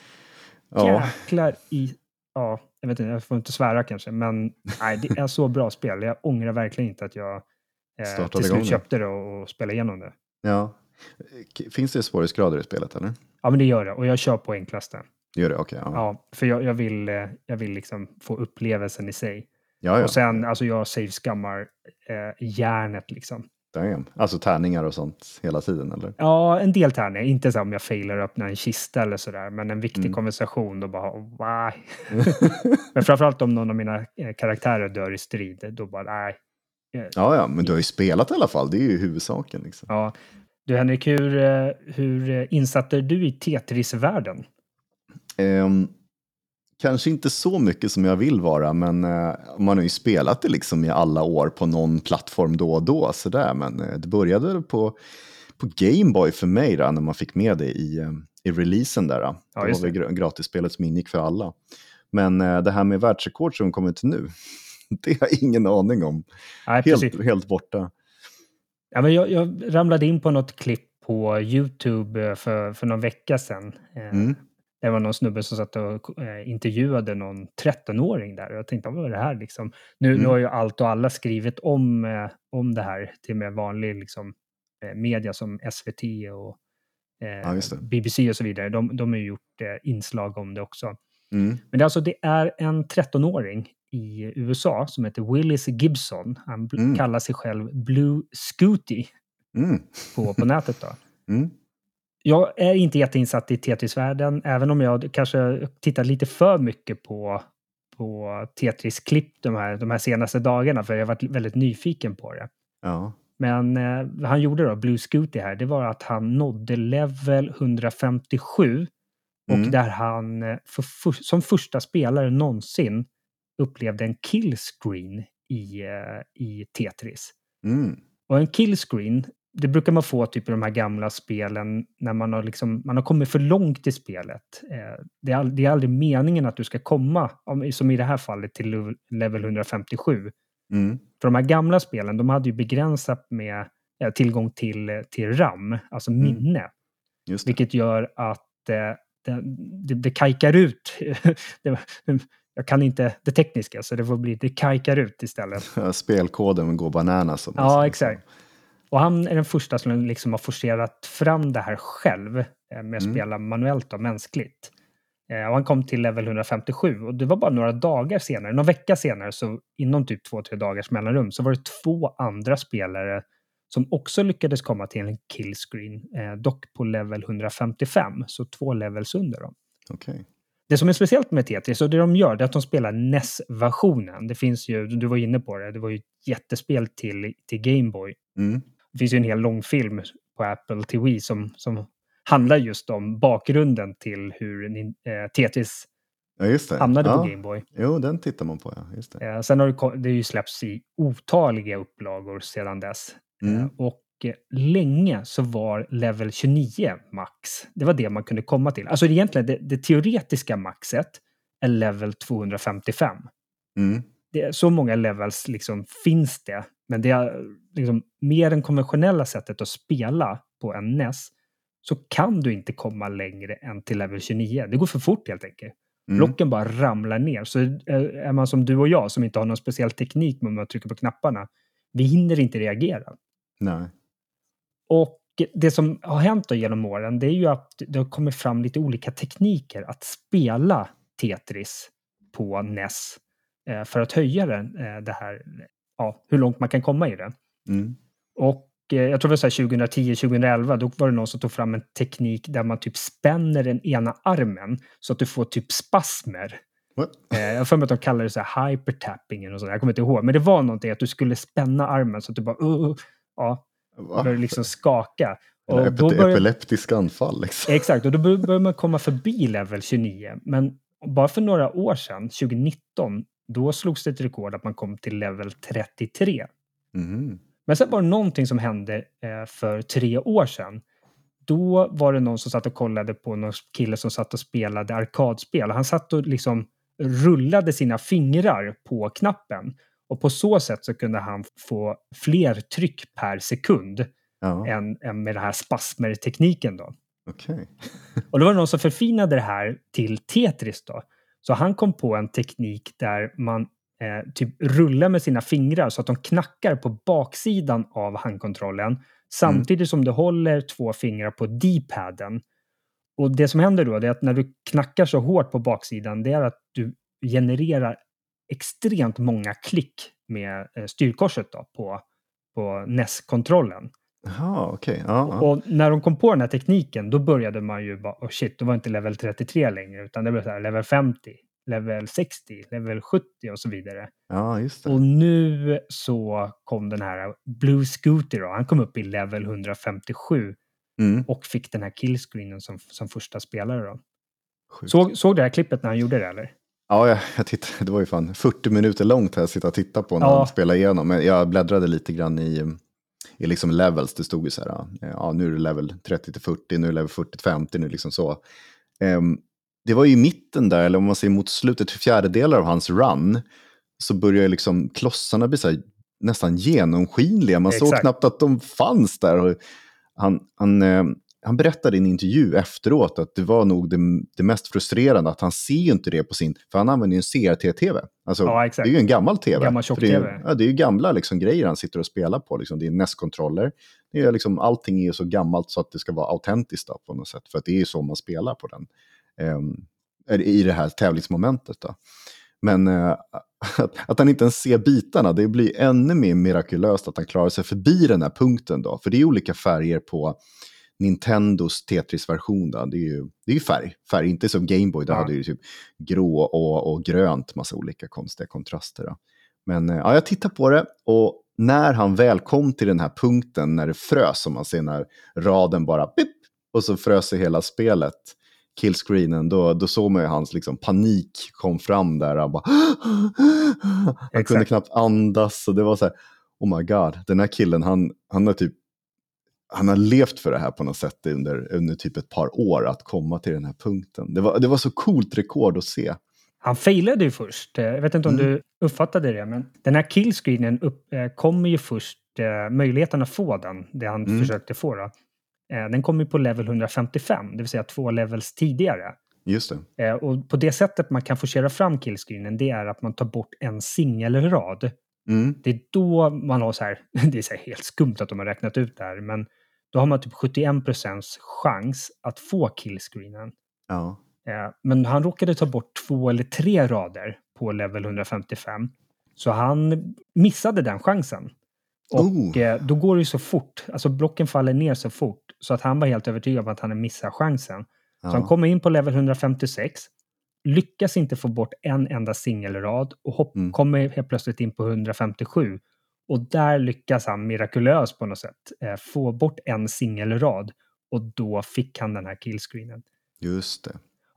Jäklar i... Ja, jag vet inte, jag får inte svära kanske, men nej, det är så bra spel. Jag ångrar verkligen inte att jag till slut köpte det och spelade igenom det. Ja. Finns det svårighetsgrader i spelet, eller? Ja, men det gör det. Och jag kör på enklaste. Gör det? Okej. Ja, för jag vill liksom få upplevelsen i sig. Ja. Och sen, alltså jag save-skammar hjärnet liksom. Damn. Alltså tärningar och sånt hela tiden, eller? Ja, en del tärningar. Inte så om jag failar att öppna en kista eller sådär. Men en viktig konversation, då bara, why? Men framförallt om någon av mina karaktärer dör i strid, då bara, nej. Ja, men du har ju spelat i alla fall. Det är ju huvudsaken. Liksom. Ja. Du Henrik, hur insatt är du i Tetris-världen? Kanske inte så mycket som jag vill vara, men man har ju spelat det liksom i alla år på någon plattform då och då. Sådär. Men det började på Game Boy för mig då, när man fick med det i releasen där. Ja, det var väl gratisspelet som ingick för alla. Men det här med världsrekord som kommer till nu, det har jag ingen aning om. Nej, helt borta. Ja, men jag ramlade in på något klipp på YouTube för någon vecka sedan. Det var någon snubbe som satt och intervjuade någon 13-åring där. Och jag tänkte, vad är det här liksom? Nu har ju allt och alla skrivit om det här till med vanlig liksom, media som SVT och BBC och så vidare. De har ju gjort inslag om det också. Men det är en 13-åring i USA som heter Willis Gibson. Han kallar sig själv Blue Scooty på nätet då. Jag är inte jätteinsatt i Tetris-världen, även om jag kanske tittat lite för mycket på Tetris-klipp de här senaste dagarna, för jag har varit väldigt nyfiken på det. Ja. Men han gjorde då, Blue Scooty här, det var att han nådde level 157 och där han som första spelare någonsin upplevde en killscreen i Tetris. Och en killscreen, det brukar man få typ i de här gamla spelen när man har kommit för långt i spelet. Det är aldrig meningen att du ska komma, som i det här fallet, till level 157. För de här gamla spelen, de hade ju begränsat med tillgång till RAM, alltså minne. Just det. Vilket gör att det kajkar ut. Jag kan inte det tekniska, så det kajkar ut istället. Spelkoden går bananas. Ja, exakt. Och han är den första som liksom har forcerat fram det här själv med att spela manuellt och mänskligt. Och han kom till level 157 och det var bara någon vecka senare, så inom typ 2-3 dagars mellanrum, så var det 2 andra spelare som också lyckades komma till en killscreen, dock på level 155, så 2 levels under dem. Okay. Det som är speciellt med Tetris, och det de gör, det är att de spelar NES-versionen. Det finns ju, du var inne på det var ju ett jättespel till Game Boy. Det finns ju en hel långfilm på Apple TV som handlar just om bakgrunden till hur Tetris hamnade på Game Boy. Jo, den tittar man på, ja. Just det. Sen har det ju släppts i otaliga upplagor sedan dess. Och länge så var level 29 max. Det var det man kunde komma till. Alltså egentligen det teoretiska maxet är level 255. Det är så många levels liksom finns det. Men det är liksom mer än konventionella sättet att spela på en NES, så kan du inte komma längre än till level 29. Det går för fort helt enkelt. Blocken bara ramlar ner. Så är man som du och jag som inte har någon speciell teknik med att trycka på knapparna, vi hinner inte reagera. Nej. Och det som har hänt då genom åren, det är ju att det har kommit fram lite olika tekniker att spela Tetris på NES för att höja det här, hur långt man kan komma i det. Och jag tror det var så här 2010-2011, då var det någon som tog fram en teknik där man typ spänner den ena armen så att du får typ spasmer. Jag har för mig att de kallar det så här hypertapping och så. Jag kommer inte ihåg, men det var någonting att du skulle spänna armen så att du bara började liksom skaka. Och då epileptisk anfall liksom. Exakt, och då börjar man komma förbi level 29. Men bara för några år sedan, 2019, då slogs det ett rekord att man kom till level 33. Men sen var det någonting som hände för 3 år sedan. Då var det någon som satt och kollade på någon kille som satt och spelade arkadspel. Han satt och liksom rullade sina fingrar på knappen. Och på så sätt så kunde han få fler tryck per sekund än med den här spasmertekniken då. Okay. Och då var det någon som förfinade det här till Tetris då. Så han kom på en teknik där man typ rullar med sina fingrar så att de knackar på baksidan av handkontrollen samtidigt som du håller 2 fingrar på D-paden. Och det som händer då är att när du knackar så hårt på baksidan, det är att du genererar extremt många klick med styrkorset då på NES-kontrollen. Jaha, okej. Och när de kom på den här tekniken, då började man ju bara, då var inte level 33 längre, utan det blev så här level 50, level 60, level 70 och så vidare. Ja, just det. Och nu så kom den här Blue Scooter då. Han kom upp i level 157 och fick den här killscreenen som första spelare då. Såg det här klippet när han gjorde det, eller? Ja, jag tittade. Det var ju fan 40 minuter långt här att sitta och titta på när han spelade igenom. Men jag bläddrade lite grann i liksom levels. Det stod ju så här, nu är det level 30-40, nu är det level 40-50, nu liksom så. Det var ju i mitten där, eller om man säger mot slutet, 4/4 av hans run, så började liksom klossarna bli så här, nästan genomskinliga. Man såg knappt att de fanns där. Och han berättade i en intervju efteråt att det var nog det mest frustrerande, att han ser ju inte det på sin, för han använder ju en CRT-TV. Alltså, det är ju en gammal TV. Gammal tjock-TV. Det är ju gamla liksom, grejer han sitter och spelar på. Liksom. Det är NES-kontroller. Det är liksom, allting är ju så gammalt så att det ska vara autentiskt då, på något sätt. För att det är ju så man spelar på den. I det här tävlingsmomentet då. Men att han inte ens ser bitarna, det blir ännu mer mirakulöst att han klarar sig förbi den här punkten då. För det är olika färger på Nintendos Tetris-version då. Det är ju färg, inte som Game Boy, där hade ju typ grå och grönt, massa olika konstiga kontraster då. Men jag tittar på det, och när han väl kom till den här punkten när det frös, som man ser när raden bara pip, och så frös hela spelet, killscreenen, då såg man ju hans liksom panik kom fram där. Han bara han kunde knappt andas, och det var så här, oh my god, den här killen, han har levt för det här på något sätt under typ ett par år, att komma till den här punkten. Det var så coolt rekord att se. Han failade ju först. Jag vet inte om du uppfattade det, men den här killscreenen kommer ju först, möjligheten att få den, det han försökte få då. Den kommer ju på level 155, det vill säga 2 levels tidigare. Just det. Och på det sättet man kan forcera fram killscreenen, det är att man tar bort en singelrad. Det är då man har så här, det är så här helt skumt att de har räknat ut det här, men då har man typ 71% chans att få killscreenen. Ja. Men han råkade ta bort 2 eller 3 rader på level 155. Så han missade den chansen. Och då går det ju så fort, alltså blocken faller ner så fort, så att han var helt övertygad om att han missade chansen. Så han kommer in på level 156, lyckas inte få bort en enda singelrad och kommer helt plötsligt in på 157. Och där lyckas han mirakulöst på något sätt få bort en singelrad, och då fick han den här killscreenen. Just det.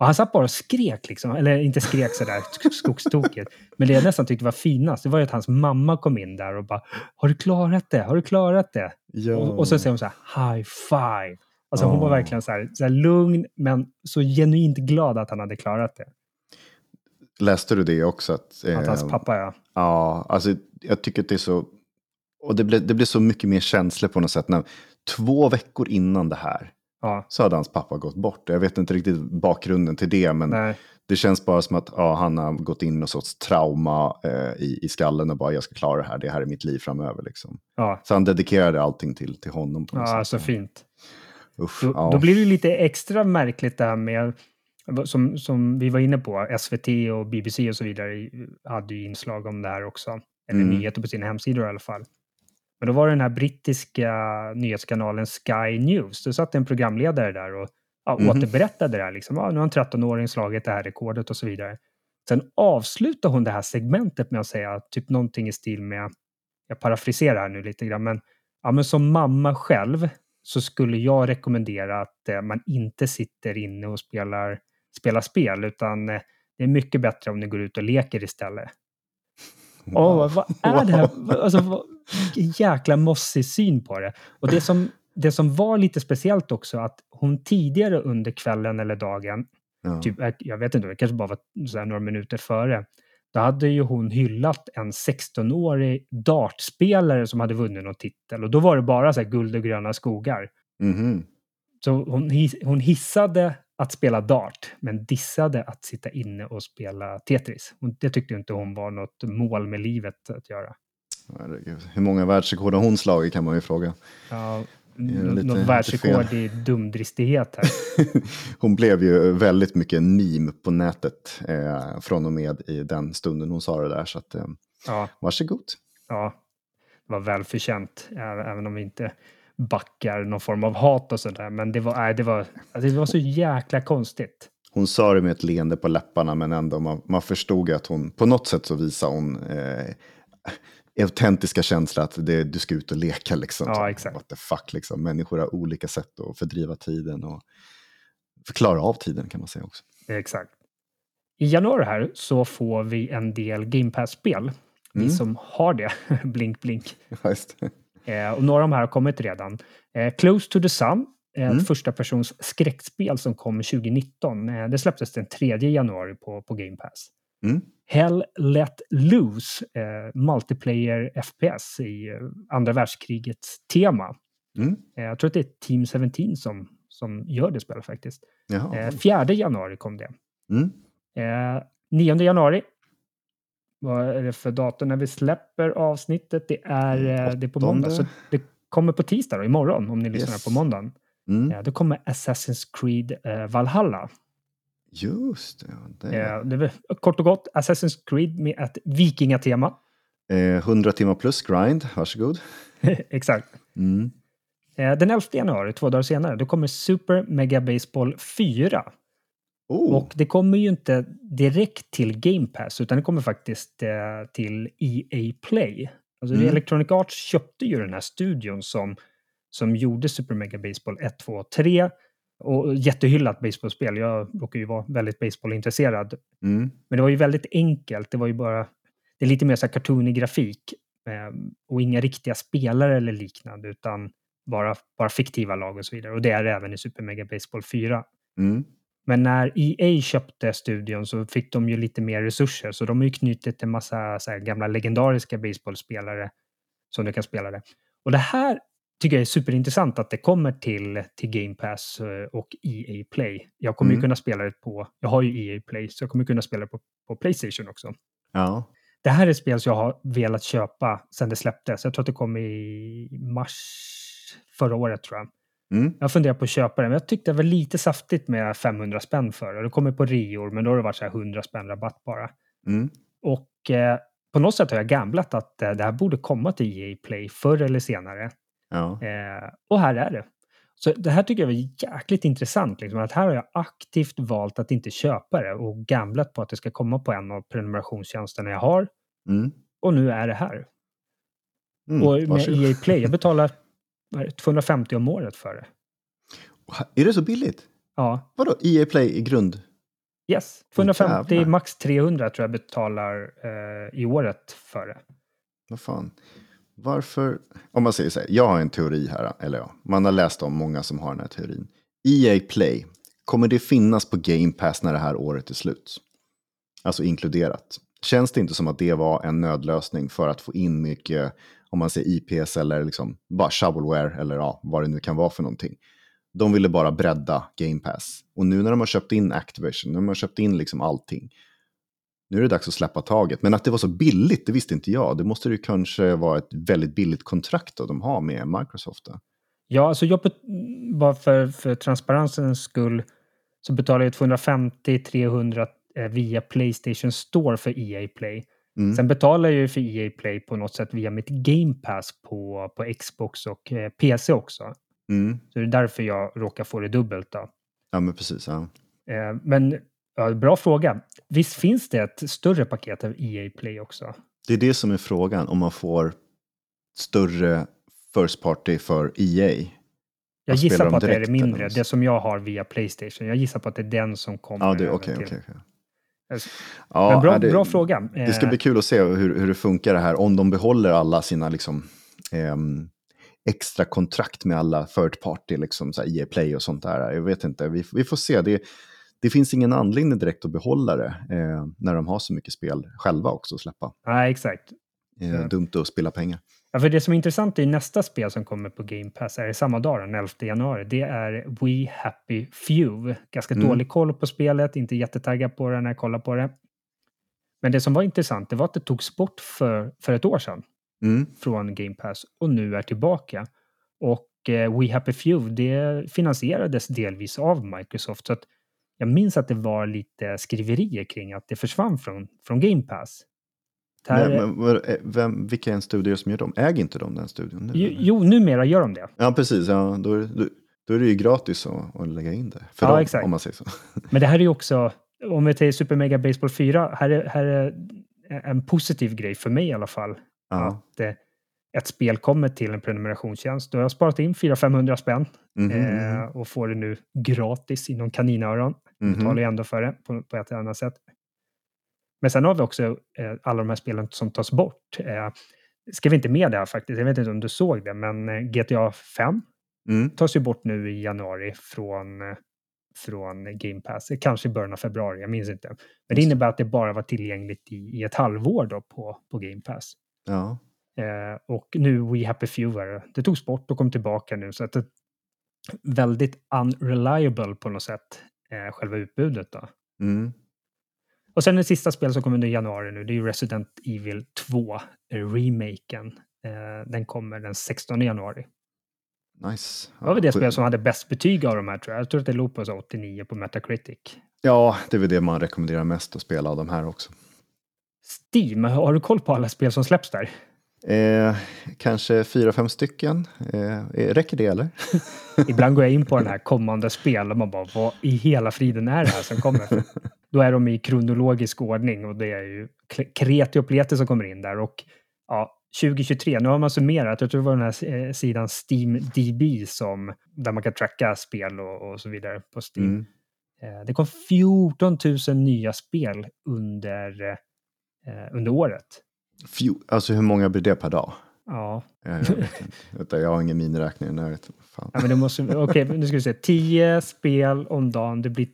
Och han satt bara och skrek liksom. Eller inte skrek sådär skogstokigt. Men det jag nästan tyckte var finast, det var ju att hans mamma kom in där och bara, har du klarat det? Har du klarat det? Ja. Och så säger hon så här, high five. Alltså hon var verkligen så här lugn, men så genuint glad att han hade klarat det. Läste du det också? Att hans pappa, ja. Ja, alltså jag tycker att det är så... Och det blir så mycket mer känslor på något sätt. 2 veckor innan det här så hade hans pappa gått bort. Jag vet inte riktigt bakgrunden till det, men det känns bara som att han har gått in i någon sorts trauma i skallen och bara, jag ska klara det här är mitt liv framöver. Liksom. Ja. Så han dedikerade allting till honom. På något sätt. Så fint. Uff, då blir det ju lite extra märkligt det här med, som vi var inne på, SVT och BBC och så vidare hade ju inslag om det här också. Eller nyheter på sina hemsidor i alla fall. Men då var det den här brittiska nyhetskanalen Sky News. Då satt en programledare där och återberättade det här. Liksom. Nu har en 13-åring slagit det här rekordet och så vidare. Sen avslutar hon det här segmentet med att säga typ någonting i stil med, jag parafraserar här nu lite grann, men som mamma själv så skulle jag rekommendera att man inte sitter inne och spelar spel, utan det är mycket bättre om ni går ut och leker istället. Vad är det här? Alltså, vilken jäkla mossig syn på det. Och det som var lite speciellt också, att hon tidigare under kvällen eller dagen, typ, jag vet inte, det kanske bara var så här några minuter före, då hade ju hon hyllat en 16-årig dartspelare som hade vunnit någon titel. Och då var det bara så här guld och gröna skogar. Mm-hmm. Så hon hissade att spela dart, men dissade att sitta inne och spela Tetris. Det tyckte inte hon var något mål med livet att göra. Herregud. Hur många världsrekord har hon slagit, kan man ju fråga. Ja, något världsrekord i dumdristighet här. Hon blev ju väldigt mycket en meme på nätet från och med i den stunden hon sa det där. Så att, varsågod. Ja, det var välförtjänt, även om vi inte backar någon form av hat och sådär. Men det var så jäkla konstigt. Hon sa det med ett leende på läpparna, men ändå man förstod att hon, på något sätt så visade hon autentiska känslor att du ska ut och leka liksom. Ja, exakt. What the fuck liksom. Människor har olika sätt att fördriva tiden och förklara av tiden, kan man säga också. Exakt. I januari här så får vi en del Game Pass-spel. Vi som har det. Blink, blink. Just det. Och några av de här har kommit redan. Close to the Sun, ett första persons skräckspel som kom 2019. Det släpptes den 3 januari på Game Pass. Hell Let Loose, multiplayer FPS i andra världskrigets tema. Jag tror att det är Team 17 som gör det spelet faktiskt. 4 januari kom det. 9 januari. Vad är det för datum när vi släpper avsnittet? Det är på måndag. Så det kommer på tisdag då, imorgon, om ni lyssnar på måndagen. Då kommer Assassin's Creed Valhalla. Just det. Det är kort och gott Assassin's Creed med ett vikingatema. 100 timmar plus grind, varsågod. Exakt. Den 11 januari, 2 dagar senare, då kommer Super Mega Baseball 4. Och det kommer ju inte direkt till Game Pass, utan det kommer faktiskt till EA Play. Alltså Electronic Arts köpte ju den här studion som gjorde Super Mega Baseball 1, 2 och 3. Och jättehyllat baseballspel. Jag råkar ju vara väldigt baseballintresserad. Men det var ju väldigt enkelt. Det var ju bara... Det är lite mer så här cartoonig grafik. Och inga riktiga spelare eller liknande. Utan bara fiktiva lag och så vidare. Och det är det även i Super Mega Baseball 4. Men när EA köpte studion så fick de ju lite mer resurser. Så de har ju knutit en massa så här gamla legendariska baseballspelare som du kan spela det. Och det här tycker jag är superintressant, att det kommer till Game Pass och EA Play. Jag kommer ju kunna spela det jag har ju EA Play, så jag kommer kunna spela det på PlayStation också. Ja. Det här är ett spel som jag har velat köpa sedan det släpptes. Jag tror att det kom i mars förra året, tror jag. Jag funderar på att köpa det, men jag tyckte det var lite saftigt med 500 spänn för det. Det kommer på reor, men då har det varit så här 100 spänn rabatt bara. Och på något sätt har jag gamblat att det här borde komma till EA Play förr eller senare. Ja. Och här är det. Så det här tycker jag var jäkligt intressant. Liksom, att här har jag aktivt valt att inte köpa det och gamblat på att det ska komma på en av prenumerationstjänsterna jag har. Och nu är det här. Och med EA Play, jag betalar 250 om året för det. Är det så billigt? Ja. Vadå? EA Play i grund? Yes, 250, Jävlar. max 300 tror jag betalar i året för det. Vad fan. Varför, om man säger så här, jag har en teori här, eller ja, man har läst om många som har den här teorin. EA Play, kommer det finnas på Game Pass när det här året är slut? Alltså inkluderat. Känns det inte som att det var en nödlösning för att få in mycket, om man säger IPs eller liksom bara shovelware eller ja, vad det nu kan vara för någonting. De ville bara bredda Game Pass. Och nu när de har köpt in Activision, när de har köpt in liksom allting, nu är det dags att släppa taget. Men att det var så billigt, det visste inte jag. Det måste ju kanske vara ett väldigt billigt kontrakt då de har med Microsoft. Då. Ja, alltså bara för transparensens skull så betalar jag 250-300 via PlayStation Store för EA Play. Sen betalar jag ju för EA Play på något sätt via mitt Game Pass på Xbox och PC också. Så det är därför jag råkar få det dubbelt då. Ja, men precis. Ja. Men ja, bra fråga. Visst finns det ett större paket av EA Play också? Det är det som är frågan, om man får större first party för EA. Jag gissar på att det är det mindre. Det som jag har via PlayStation. Jag gissar på att det är den som kommer. Ja, det är okej. Men bra fråga. Det ska bli kul att se hur det funkar det här. Om de behåller alla sina liksom, extra kontrakt med alla third party, liksom, så här EA Play och sånt där. Jag vet inte, vi får se. Det finns ingen anledning direkt att behålla det när de har så mycket spel själva också att släppa. Nej, exakt. Dumt att spilla pengar. Ja, för det som är intressant är nästa spel som kommer på Game Pass är samma dag, den 11 januari. Det är We Happy Few. Ganska dålig koll på spelet, inte jättetaggad på det när jag kollar på det. Men det som var intressant, det var att det togs bort för ett år sedan från Game Pass och nu är tillbaka. Och We Happy Few, det finansierades delvis av Microsoft. Så att jag minns att det var lite skriverier kring att det försvann från Game Pass. Vilka är en studio som gör dem? Äger inte de den studion? Jo, numera gör de det. Ja, precis. Ja, då är det ju gratis att lägga in det. För dem, exakt. Om man säger så. Men det här är ju också, om vi tar Super Mega Baseball 4, här är en positiv grej för mig i alla fall. Ja. Att ett spel kommer till en prenumerationstjänst. Då har jag sparat in 400-500 spänn och får det nu gratis inom kaninöron. Betalar jag ändå för det på ett eller annat sätt. Men sen har vi också alla de här spelen som tas bort. Ska vi inte med det här faktiskt? Jag vet inte om du såg det, men GTA 5 tas ju bort nu i januari från Game Pass. Kanske i början av februari, jag minns inte. Men det innebär att det bara var tillgängligt i ett halvår då på Game Pass. Ja. Och nu We Happy Few, det togs bort och kom tillbaka nu. Så att det är väldigt unreliable på något sätt, själva utbudet då. Och sen det sista spel som kommer under januari nu, det är ju Resident Evil 2, remaken. Den kommer den 16 januari. Nice. Det var väl det spel som hade bäst betyg av de här, tror jag. Jag tror att det låg på 89 på Metacritic. Ja, det är väl det man rekommenderar mest att spela av de här också. Steam, har du koll på alla spel som släpps där? Kanske 4-5 stycken. Räcker det eller? Ibland går jag in på den här kommande spel och man bara, vad i hela friden är det här som kommer? Då är de i kronologisk ordning och det är ju kreti och pleti som kommer in där. Och ja, 2023, nu har man summerat, jag tror det var den här sidan SteamDB där man kan tracka spel och så vidare på Steam. Det kom 14 000 nya spel under året. Alltså hur många blir det per dag? Ja. Jag vet inte. Jag har ingen miniräknare. Ja, men det måste, okej, nu ska vi se. 10 spel om dagen, det blir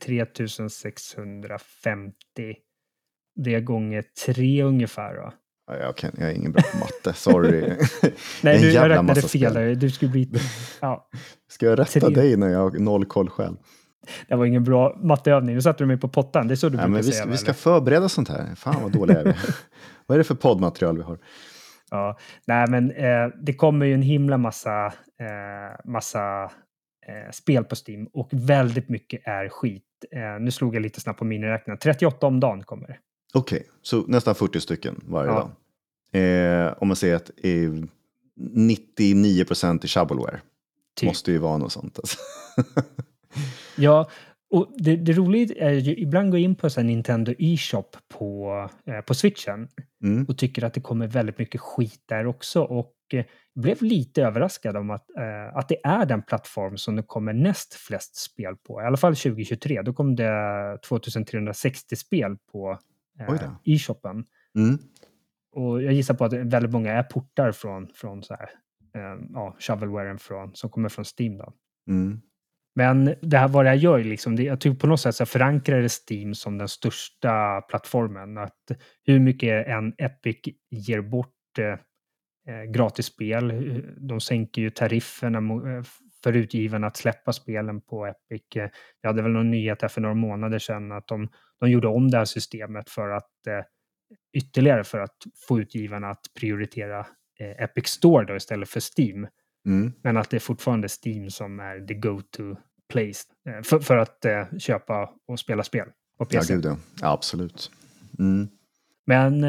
3650. Det gånger 3 ungefär då. Ja, jag är ingen bra på matte, sorry. Nej, jag räknade fel. Du skulle bli... Ja. Ska jag rätta dig när jag har noll koll själv? Det var ingen bra matteövning. Nu satte du mig på pottan. Det är så du brukar säga. Vi ska förbereda sånt här. Fan vad dåliga är vi. Vad är det för poddmaterial vi har? Ja, nej men det kommer ju en himla massa spel på Steam och väldigt mycket är skit. Nu slog jag lite snabbt på miniräknaren. 38 om dagen kommer det. Okej, så nästan 40 stycken varje dag. Om man säger att 99% är shovelware. Typ. Måste ju vara något sånt. Alltså. Ja, och det roliga är ju ibland gå in på så Nintendo eShop på Switchen och tycker att det kommer väldigt mycket skit där också. Och blev lite överraskad om att det är den plattform som det kommer näst flest spel på. I alla fall 2023. Då kom det 2360 spel på e-shoppen. Och jag gissar på att väldigt många är portar från så här, shovelwaren som kommer från Steam då. Men vad det här gör liksom, jag tycker på något sätt så förankrar det Steam som den största plattformen. Att hur mycket en Epic ger bort gratis spel. De sänker ju tarifferna för utgivarna att släppa spelen på Epic. Jag hade väl någon nyhet här för några månader sedan att de gjorde om det här systemet för att ytterligare för att få utgivarna att prioritera Epic Store då istället för Steam. Men att det är fortfarande Steam som är the go-to place för att köpa och spela spel på PC. Ja, gud, ja, absolut. Men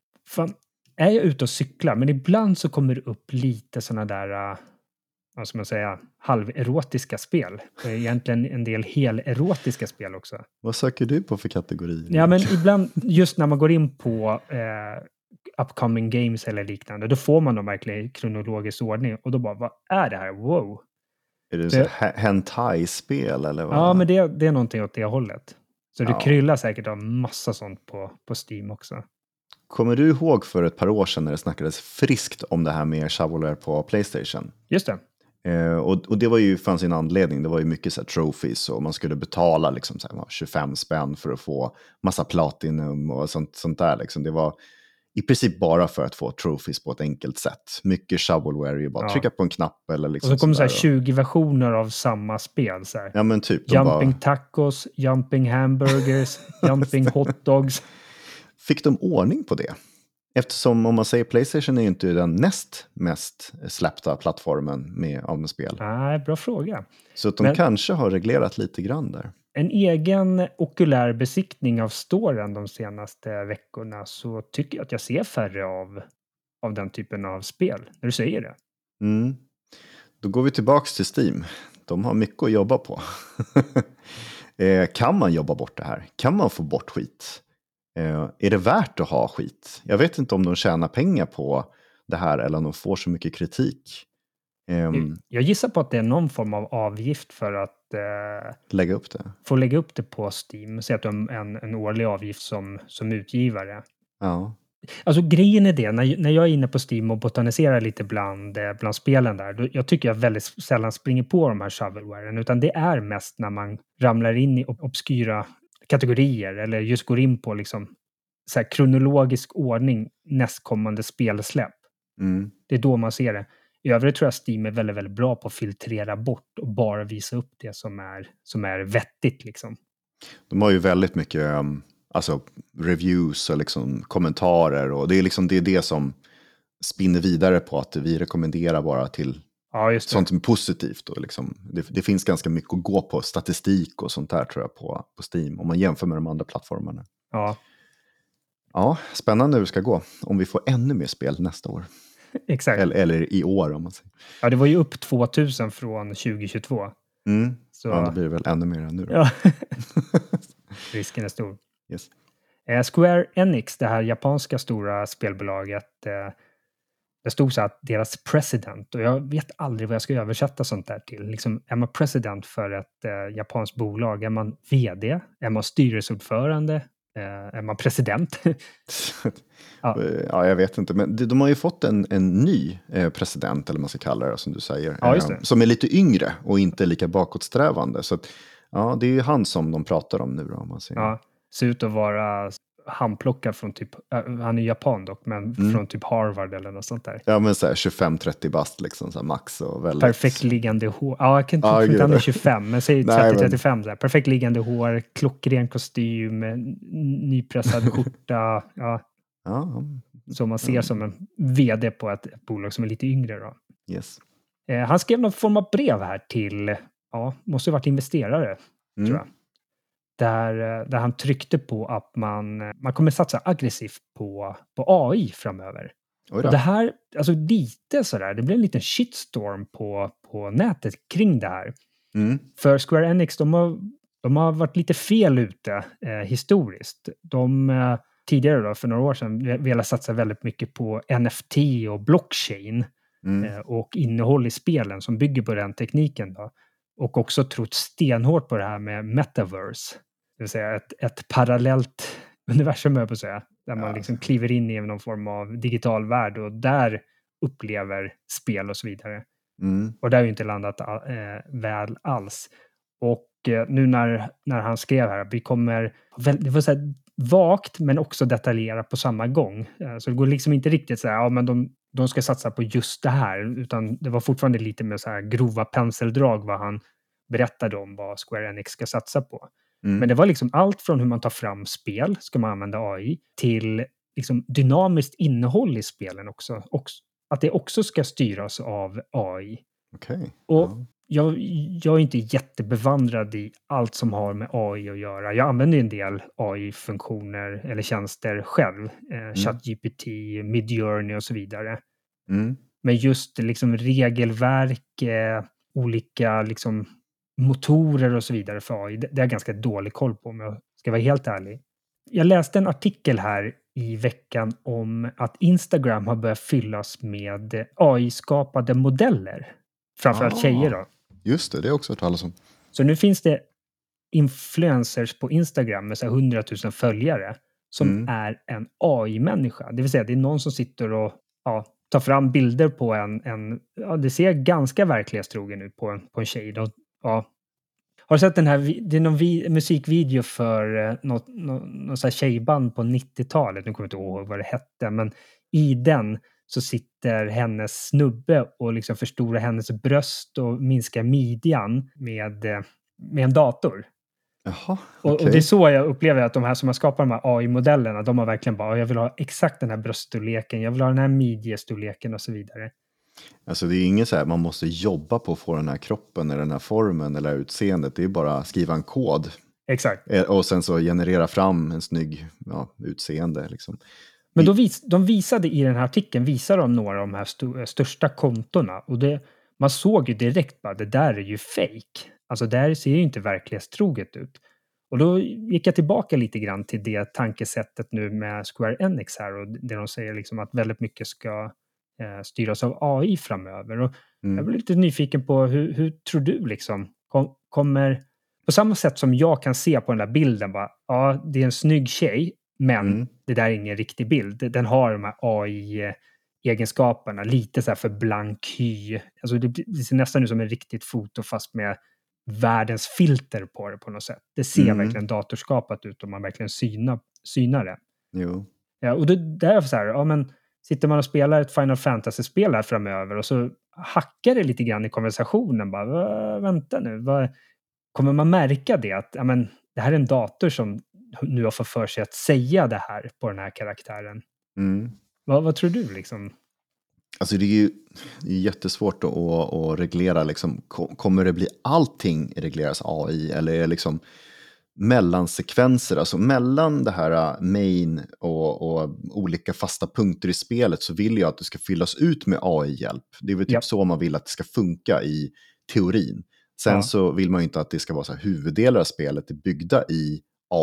är jag ute och cyklar, men ibland så kommer det upp lite sådana där, vad ska man säga, halverotiska spel. Egentligen en del helerotiska spel också. Vad söker du på för kategorier? Ja, men ibland, just när man går in på upcoming games eller liknande, då får man dem verkligen i kronologisk ordning. Och då bara, vad är det här? Wow! Är det så hentai-spel eller vad? Ja, men det är någonting åt det hållet. Så det kryllar säkert av massa sånt på Steam också. Kommer du ihåg för ett par år sedan när det snackades friskt om det här med shovelware på PlayStation? Just det. Och det fanns en anledning. Det var ju mycket så här trophies och man skulle betala liksom så här 25 spänn för att få massa platinum och sånt där. Liksom. Det var i princip bara för att få trophies på ett enkelt sätt. Mycket shovelware är ju bara trycka på en knapp eller liksom. Och så kommer så här 20 versioner av samma spel. Så här. Ja, men typ. Jumping tacos, jumping hamburgers, jumping hotdogs. Fick de ordning på det? Eftersom om man säger PlayStation är ju inte den näst mest släppta plattformen av spel. Nej, bra fråga. Så att de kanske har reglerat lite grann där. En egen okulär besiktning av storen de senaste veckorna så tycker jag att jag ser färre av den typen av spel. När du säger det. Då går vi tillbaks till Steam. De har mycket att jobba på. Kan man jobba bort det här? Kan man få bort skit? Är det värt att ha skit? Jag vet inte om de tjänar pengar på det här eller om de får så mycket kritik. Jag gissar på att det är någon form av avgift för att lägga upp det. Få lägga upp det på Steam. Så att de en årlig avgift som utgivare. Ja. Alltså grejen är det, när jag är inne på Steam och botaniserar lite bland spelen där, jag tycker jag väldigt sällan springer på de här shovelwaren, utan det är mest när man ramlar in i obskyra kategorier eller just går in på liksom så här kronologisk ordning nästkommande spelsläpp. Det är då man ser det. I övrigt tror jag Steam är väldigt, väldigt bra på att filtrera bort och bara visa upp det som är vettigt liksom. De har ju väldigt mycket reviews och liksom kommentarer och det är det som spinner vidare på att vi rekommenderar bara till sånt som är positivt. Och liksom, det finns ganska mycket att gå på statistik och sånt där tror jag på Steam om man jämför med de andra plattformarna. Ja, spännande hur det ska gå om vi får ännu mer spel nästa år. Exakt. Eller i år om man säger. Ja, det var ju upp 2000 från 2022. Så. Ja, det blir väl ännu mer än nu då. Ja. Risken är stor. Yes. Square Enix, det här japanska stora spelbolaget, det stod så att deras president, och jag vet aldrig vad jag ska översätta sånt där till. Liksom, är man president för ett japanskt bolag? Är man vd? Är man styrelseordförande? Är man president? Ja, jag vet inte. Men de har ju fått en ny president, eller man ska kalla det som du säger. Ja, just det. Som är lite yngre och inte lika bakåtsträvande. Så att, ja, det är ju han som de pratar om nu då, om man säger. Ja, ser ut att vara handplockad från typ, han är japan dock, men från typ Harvard eller något sånt där. Ja, men så här 25-30 bast liksom, så här max och väldigt... Perfekt liggande hår. Ja, jag kan inte tro han är 25, men säg 30-35 så här. Perfekt liggande hår, klockren kostym, nypressad skjorta. Ja. Som man ser som en vd på ett bolag som är lite yngre då. Yes. Han skrev någon form av brev här till, måste ha varit investerare, tror jag. Där han tryckte på att man kommer satsa aggressivt på AI framöver. Och det här, alltså lite sådär, det blev en liten shitstorm på nätet kring det här. För Square Enix, de har varit lite fel ute historiskt. De tidigare då, för några år sedan, ville satsa väldigt mycket på NFT och blockchain. och innehåll i spelen som bygger på den tekniken då. Och också trott stenhårt på det här med metaverse. Det vill säga ett parallellt universum, jag på att säga. Där man liksom kliver in i någon form av digital värld och där upplever spel och så vidare. Och det har ju inte landat väl alls. Och nu när han skrev här, vi kommer, det var så här vagt men också detaljerat på samma gång. Så det går liksom inte riktigt så här, ja men de ska satsa på just det här, utan det var fortfarande lite mer så här grova penseldrag vad han berättade om vad Square Enix ska satsa på. Men det var liksom allt från hur man tar fram spel, ska man använda AI, till liksom dynamiskt innehåll i spelen också. Att det också ska styras av AI. Okej. Och jag är inte jättebevandrad i allt som har med AI att göra. Jag använder en del AI-funktioner eller tjänster själv. ChatGPT, Midjourney och så vidare. Men just liksom regelverk, olika liksom motorer och så vidare för AI, det är jag ganska dålig koll på om jag ska vara helt ärlig. Jag läste en artikel här i veckan om att Instagram har börjat fyllas med AI-skapade modeller. Framförallt tjejer då. Just det, det är också hört talas om. Så nu finns det influencers på Instagram med så 100 000 följare som är en AI-människa. Det vill säga det är någon som sitter och tar fram bilder på det ser ganska verklighetstrogen ut på en tjej. Har du sett den här, det är någon musikvideo för något så här tjejband på 90-talet, nu kommer jag inte ihåg vad det hette, men i den så sitter hennes snubbe och liksom förstorar hennes bröst och minskar midjan med en dator. Jaha, och det är så jag upplever att de här som har skapat de här AI-modellerna, de har verkligen bara, jag vill ha exakt den här bröststorleken, jag vill ha den här midjestorleken och så vidare. Alltså det är inget så här, man måste jobba på att få den här kroppen eller den här formen eller utseendet. Det är bara att skriva en kod. Exakt. Och sen så generera fram en snygg utseende. Liksom. Men de visade i den här artikeln, visade de några av de här största kontona. Och man såg ju direkt bara, det där är ju fake. Alltså där ser ju inte verklighetstroget ut. Och då gick jag tillbaka lite grann till det tankesättet nu med Square Enix här. Och det de säger liksom att väldigt mycket ska styras av AI framöver. Och jag blir lite nyfiken på hur tror du liksom kommer, på samma sätt som jag kan se på den där bilden bara, det är en snygg tjej, men det där är ingen riktig bild. Den har de här AI-egenskaperna, lite så här för blank hy. Alltså det ser nästan ut som en riktigt foto fast med världens filter på det på något sätt. Det ser verkligen datorskapat ut om man verkligen synar det. Jo. Ja, och det är så här, men sitter man och spelar ett Final Fantasy-spel här framöver och så hackar det lite grann i konversationen. Bara, vänta nu, kommer man märka det? Att det här är en dator som nu har fått för sig att säga det här på den här karaktären. Vad tror du liksom? Alltså det är ju jättesvårt att reglera. Liksom, kommer det bli allting regleras AI? Eller är det liksom mellansekvenser, alltså mellan det här main och olika fasta punkter i spelet, så vill jag att det ska fyllas ut med AI-hjälp. Det är väl typ så man vill att det ska funka i teorin. Sen så vill man ju inte att det ska vara så här, huvuddelar av spelet är byggda i